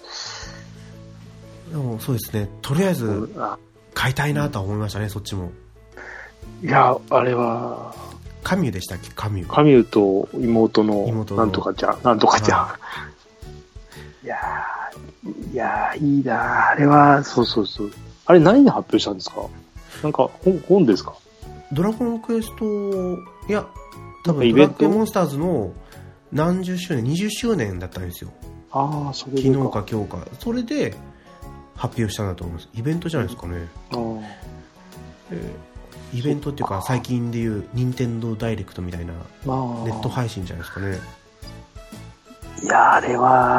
A: でもそうですね、とりあえず買いたいなとは思いましたね、うん、そっちも。
B: いや、あれは
A: カミュでしたっけ？カミュ
B: カミュと妹のなんとかちゃんなんとかちゃん、はい、いやーいやーいいな、あれは。そうそうそう、あれ何で発表したんですか？なんか 本, 本ですか？
A: ドラゴンクエスト、いや多分ドラクエモンスターズの何十周年にじゅっしゅうねんだったんですよ。
B: ああ、それで
A: 昨日か今日か、それで発表したんだと思います。イベントじゃないですかね。
B: あ、
A: えー、イベントっていうか最近でいう任天堂ダイレクトみたいなネット配信じゃないですかね。
B: いや、あれ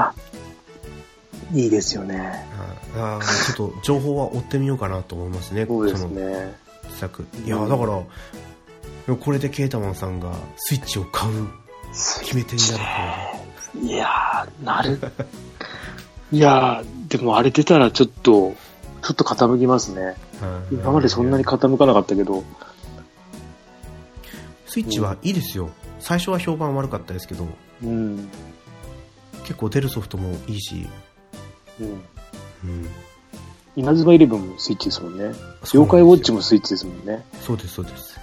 B: はいいですよね。
A: ああ、ちょっと情報は追ってみようかなと思いますね。
B: そうですね。
A: そのいや、だからこれでケータマンさんがスイッチを買う決め手になるから。
B: いやー、なる。いやー、でもあれ出たらちょっとちょっと傾きますね。今までそんなに傾かなかったけど。
A: スイッチはいいですよ。最初は評判悪かったですけど、
B: うん、
A: 結構出るソフトもいいし、
B: うんうん、
A: 稲
B: 妻イレブンもスイッチですもんね。妖怪ウォッチもスイッチですもんね。
A: そうですそうです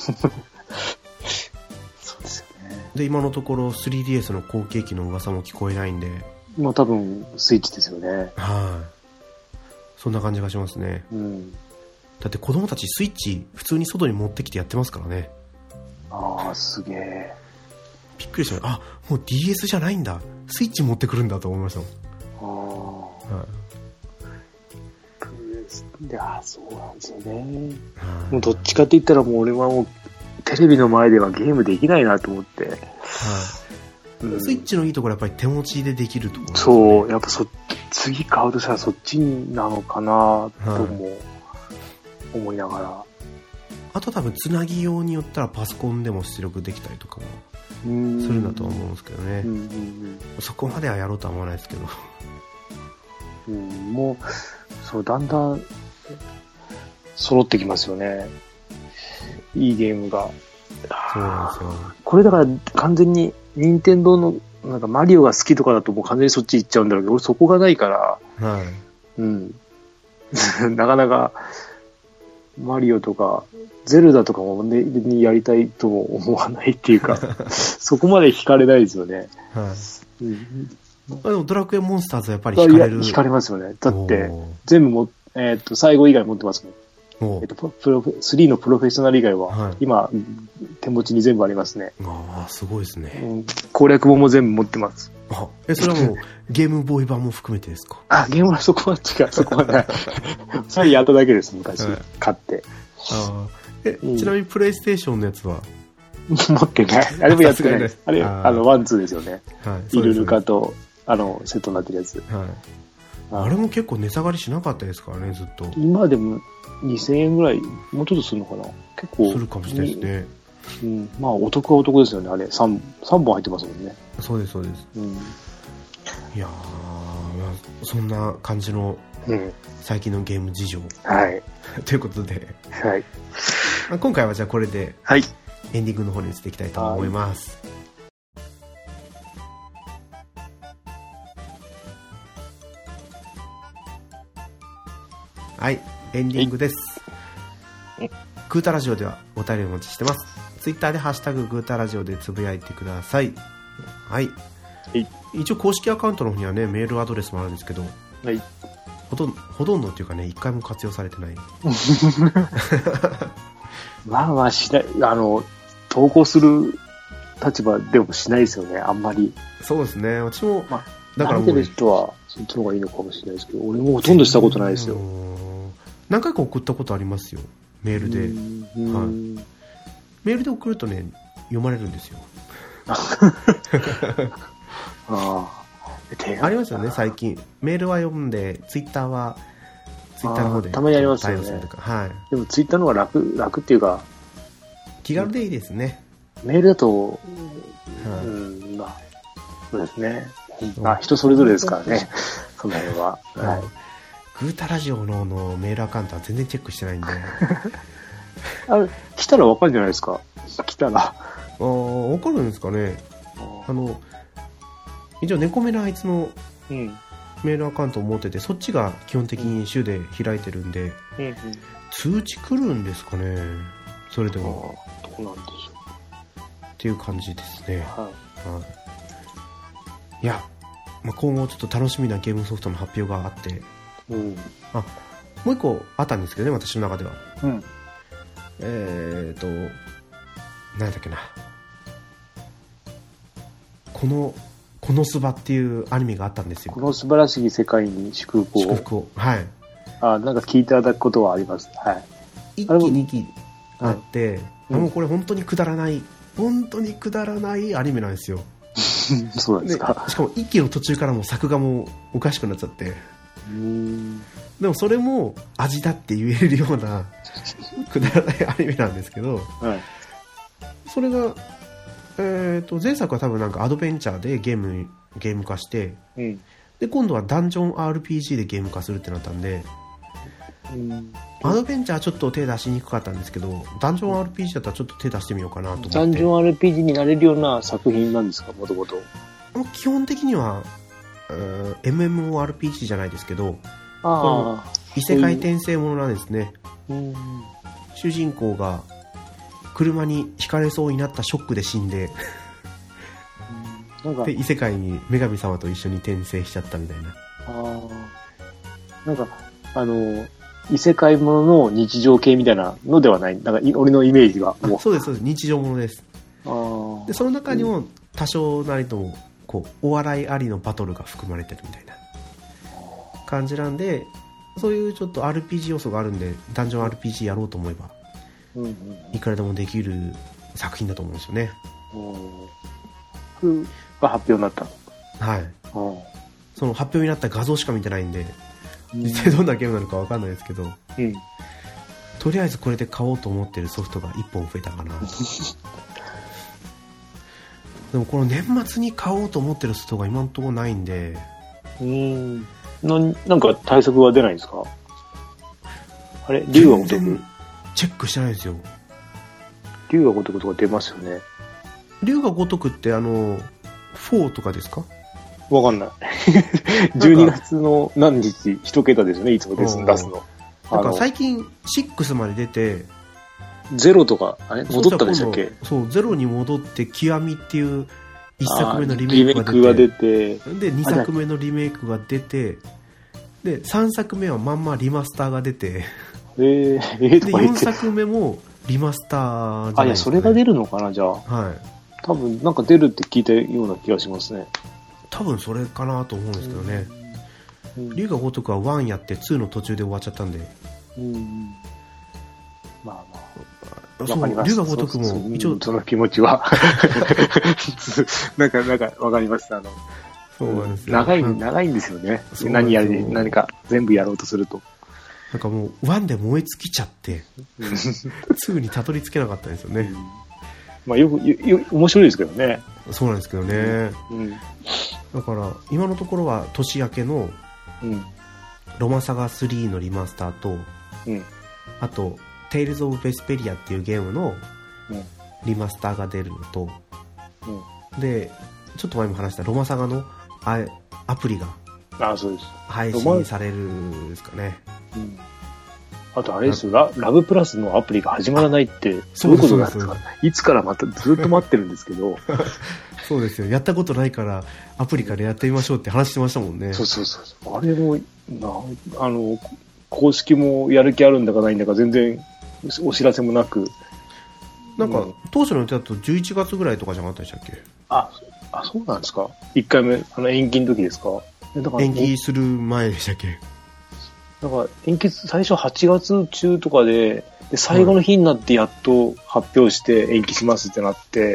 B: そうですよね。
A: で今のところ スリーディーエス の後継機の噂も聞こえないんで、
B: まあ多分スイッチですよね。
A: はい、あ、そんな感じがしますね、
B: うん、
A: だって子供たちスイッチ普通に外に持ってきてやってますからね。
B: ああ、すげえ。
A: びっくりしました。あ、もう ディーエス じゃないんだ、スイッチ持ってくるんだと思いましたもん。ああ、はい、
B: いや、そうなんですよね。もうどっちかって言ったらもう俺はもうテレビの前ではゲームできないなと思って。はい、
A: うん、スイッチのいいところはやっぱり手持ちでできるところですね。
B: そう、やっぱそ次買うとしたらそっちなのかなとも、はい、思いながら。
A: あと多分つなぎ用によったらパソコンでも出力できたりとかもするんだと思うんですけどね。うんうんうん、そこまではやろうとは思わないですけど。
B: うん、もうそうだんだん揃ってきますよね。いいゲームが。
A: そうなんですよ。
B: これだから完全に任天堂のなんかマリオが好きとかだともう完全にそっち行っちゃうんだろうけど、俺そこがないから、
A: はい、うん、
B: なかなかマリオとかゼルダとかも、ね、にやりたいとも思わないっていうかそこまで惹かれないですよね。
A: はい、うん、でもドラクエモンスターズはやっぱり惹かれる。
B: 惹かれますよね。だって全部も、えー、っと最後以外持ってますもん。えっと、プロスリーのプロフェッショナル以外は、はい、今手持ちに全部ありますね。
A: ああ、すごいですね、
B: うん、攻略本も全部持ってます。
A: あ、え、それはもうゲームボーイ版も含めてですか？
B: あ、ゲームはそこは違う、そこはないそれやっただけです、昔、はい、買って。
A: あ、え、うん、ちなみにプレイステーションのやつは
B: 持ってない。あれもやってないです。あれ、あの、ワン、ツーですよね。はい、イルルカと、あの、セットになってるやつ。
A: はい。あ, あれも結構値下がりしなかったですからね、ずっと。
B: 今でもにせんえんぐらい、もうちょっとするのかな。結構。
A: するかもしれないですね。
B: うん。まあ、お得はお得ですよね、あれ。3, さんぼん入ってますもんね。
A: そうです、そうです。
B: うん。い
A: やー、まあ、そんな感じの、最近のゲーム事情。
B: はい。
A: ということで。
B: はい。
A: まあ、今回はじゃあこれで、
B: はい。
A: エンディングの方に移っていきたいと思います。 はい、エンディングです。グータラジオではお便りお待ちしてます。ツイッターでハッシュタググータラジオでつぶやいてください。はい。一応公式アカウントの方にはね、メールアドレスもあるんですけど、はい、ほとんど、ほとんどっていうかね、一回も活用されてない。
B: まあまあしない、あの、投稿する立場でもしないですよね、あんまり。
A: そうですね、私も、まあ、
B: だからもう慣れてる人はそっちの方がいいのかもしれないですけど、俺もほとんどしたことないですよ。
A: 何回か送ったことありますよ、メールで。はい、メールで送るとね、読まれるんですよ。あありますよね、最近。メールは読んで、ツイッターは、ツイッターの方で
B: たまにありますよね。はい、でもツイッターの方が楽、楽っていうか、
A: 気軽でいいですね。
B: メールだと、はい、うん、まあ、そうですね。まあ、人それぞれですからね、その辺は。はい。
A: グータラジオ の, のメールアカウントは全然チェックしてないんで。
B: あれ、来たらわかるんじゃないですか。来たら。
A: ああ、わかるんですかね。あの、一応猫目のあいつのメールアカウントを持ってて、そっちが基本的に週で開いてるんで、うんうん、通知来るんですかね。それでも。
B: どうなんでしょ
A: う。っていう感じですね。はい。はい、いや、まあ、今後ちょっと楽しみなゲームソフトの発表があって、うん、あ、もう一個あったんですけどね、私の中では。うん、えーと、何だっけな。この、このスバっていうアニメがあったんですよ。
B: この素晴らしい世界に祝福を。
A: 祝福を。はい。
B: あ、なんか聞いていただくことはあります。はい。
A: いっきにきあって、はい、もうこれ本当にくだらない、本当にくだらないアニメなんですよ。
B: そうなんですか。
A: しかもいっきの途中からもう作画もおかしくなっちゃって。うーん、でもそれも味だって言えるようなくだらないアニメなんですけど、はい、それが、えー、と前作は多分なんかアドベンチャーでゲームゲーム化して、うん、で今度はダンジョン アールピージー でゲーム化するってなったんで、うん、アドベンチャーちょっと手出しにくかったんですけど、ダンジョン アールピージー だったらちょっと手出してみようかなと思って。
B: ダンジョン アールピージー になれるような作品なんですか、もともと。
A: 基本的には、エムエムオーアールピージー じゃないですけど、あ異世界転生ものなんですね。うん、主人公が車にひかれそうになったショックで死んで、うん、なんかで異世界に女神様と一緒に転生しちゃったみたいな。
B: あ、なんかあの異世界ものの日常系みたいなのではない、なんか俺のイメージはもう。
A: そうですそうです、日常ものです。あ、でその中にも多少なりともこうお笑いありのバトルが含まれてるみたいな感じなんで、そういうちょっと アールピージー 要素があるんで、ダンジョン アールピージー やろうと思えば、うんうん、いくらでもできる作品だと思うんですよね。
B: うん、が発表になった。
A: はい。その発表になった画像しか見てないんで、実際どんなゲームなのか分かんないですけど、うん、とりあえずこれで買おうと思ってるソフトがいっぽん増えたかな。でもこの年末に買おうと思ってるソフトが今のところないんで、
B: うーん、な, なんか対策は出ないんですか？あれ、竜が如く
A: チェックしてないですよ。
B: 竜が如くとか出ますよね。
A: 竜が如くってあのフォーとかですか？
B: わかんない。じゅうにがつの何日一桁ですよね、いつもです出すの。
A: なんか最近ろくまで出て、
B: ゼロとかあれ戻ったんでしたっけ？
A: そう、ゼロに戻って極みっていういっさくめのリメイクが出て、出てでにさくめのリメイクが出て、でさんさくめはまんまリマスターが出て、
B: えー、えー、
A: でよんさくめもリマスターじゃないですか、ね、あ、いや、
B: それが出るのかな、じゃあ。はい。多分なんか出るって聞いたような気がしますね。
A: 多分それかなと思うんですけどね。龍が如くはワンやってツーの途中で終わっちゃったんで。うん、
B: まあま
A: あ。そう、龍が如くも一応
B: その気持ちはなんかなんかわかります。あの、そうなんですよ。長い長いんですよね。何やり何か全部やろうとすると。
A: なんかもうワンで燃え尽きちゃってツーにたどり着けなかったんですよね。うん、
B: まあよくよ面白いですけどね。
A: そうなんですけどね。うん、だから今のところは年明けのロマサガスリーのリマスターと、うん、あとテイルズ・オブ・ベスペリアっていうゲームのリマスターが出るのと、うん、でちょっと前も話したロマサガのアプリが配信されるんですかね。
B: あとあれですよ、ラ, ラブプラスのアプリが始まらないって、そういうことなんですか？いつからまたずっと待ってるんですけど。
A: そうですよ。やったことないから、アプリからやってみましょうって話してましたもんね。
B: そうそうそう。あれも、なあの、公式もやる気あるんだかないんだか全然お知らせもなく。
A: なんか、うん、当初の予定だとじゅういちがつぐらいとかじゃなかったでしたっけ？
B: あ、あ、そうなんですか？いっかいめ、あの延期の時ですか？
A: だから延期する前でしたっけ？
B: なんか延期、最初はちがつ中とかで、で最後の日になってやっと発表して延期しますってなって、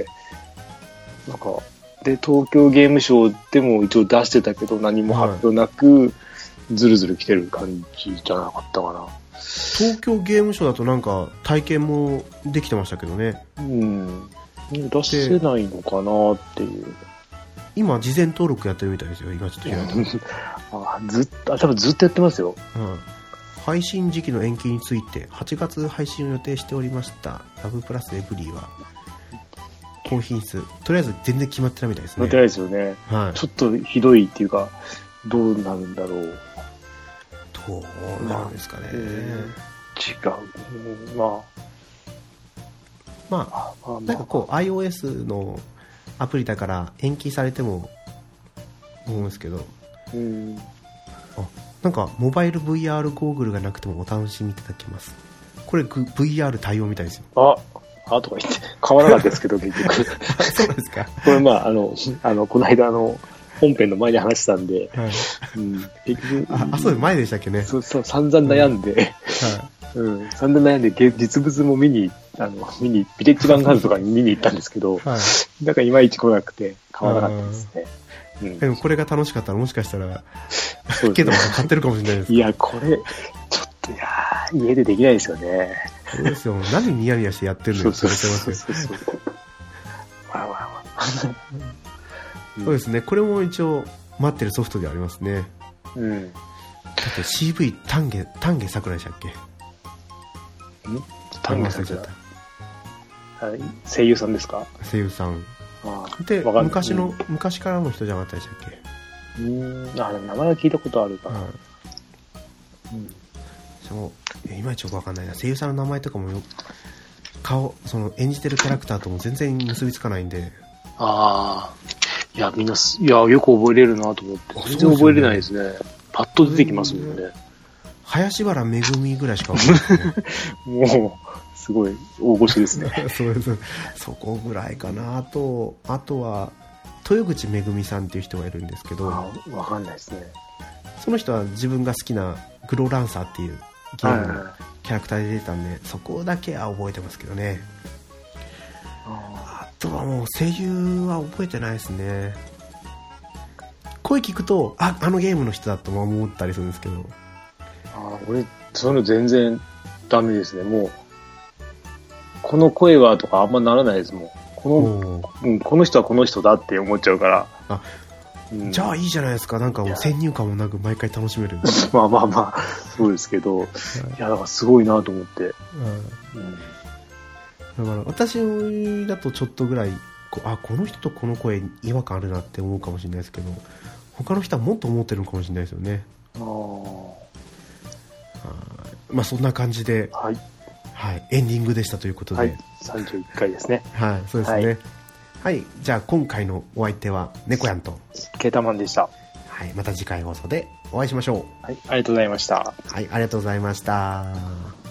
B: なんか、で、東京ゲームショウでも一応出してたけど何も発表なく、はい、ずるずる来てる感じじゃなかったかな。
A: 東京ゲームショウだとなんか体験もできてましたけどね。
B: うん。出せないのかなっていう。
A: 今、事前登録やってるみたいですよ、今ちょっと開いて。
B: あずっと、あ、多分ずっとやってますよ。
A: うん。配信時期の延期について、はちがつ配信を予定しておりました。ラブプラスエブリィは、高品質。とりあえず全然決まってないみたいですね。
B: 決まってないですよね。はい。ちょっとひどいっていうか、どうなるんだろう。
A: どうなるんですかね。まあえ
B: ー、違う。まあ。
A: まあ、まあ、なんかこう iOS のアプリだから延期されても思うんですけど、うん、あ、なんかモバイル ブイアール ゴーグルがなくてもお楽しみいただけます。これ ブイアール 対応みたいですよ。
B: あ、あとか言って変わらなかったですけど結局。
A: そうですか。
B: これまああのあのこの間あの本編の前に話したんで、はい、うん、結局
A: ああそうです前でしたっけね。
B: そうそう散々悩んで、うん、はい。うん、散々悩んで実物も見にあの見にビレッジヴァンガードとかに見に行ったんですけど、はい、なんかいまいち来なくて買わなかったですね。
A: うん、でもこれが楽しかったらもしかしたらけど買ってるかもしれないです。
B: いやこれちょっといや家でできないですよね。
A: そうですよ。何ニヤニヤしてやってるのよって言われてますよ。そうそうそう。
B: わわわ。
A: そうですね。これも一応待ってるソフトでありますね。うん。だって シーブイ 丹下丹下桜でしたっけ？
B: ん？丹下桜。声優さんですか？
A: 声優さん。ああで昔の、うん、昔からの人じゃなかったでしたっ
B: け？うーん、あ、名前は聞いたことあるかな。
A: うん。そう、いまいちよくわかんないな。声優さんの名前とかもよ顔その演じてるキャラクターとも全然結びつかないんで。
B: ああ、いやみんないやよく覚えれるなと思って全然覚えれないですね。パッと出てきますもんね。
A: 林原めぐみぐらいしか覚えないですね。
B: もう。すごい大御所ですね。
A: そうです。そこぐらいかな。あと、あとは豊口めぐみさんっていう人がいるんですけど、
B: わかんないですね。
A: その人は自分が好きなグローランサーっていうゲームのキャラクターで出てたんで、そこだけは覚えてますけどね。あとはもう声優は覚えてないですね。声聞くとあ、あのゲームの人だと思ったりするんですけど。
B: あ、俺そういうの全然ダメですね。もうこの声はとかあんまならないですもん。この、うん、この人はこの人だって思っちゃうから。あ、
A: うん、じゃあいいじゃないですか。なんかもう先入観もなく毎回楽しめる。
B: まあまあまあ、そうですけど、はい、いやだからすごいなと思って。うん
A: うん、だから私だとちょっとぐらいこあこの人とこの声違和感あるなって思うかもしれないですけど、他の人はもっと思ってるのかもしれないですよね。ああ、まあそんな感じで。はい。はい、エンディングでしたということで、はい、
B: さんじゅういっかいですね。
A: はい、そうですね。はい、はい、じゃあ今回のお相手は猫やんと
B: ケータマンでした。
A: はい、また次回放送でお会いしましょう。
B: はい、ありがとうございました。
A: はい、ありがとうございました。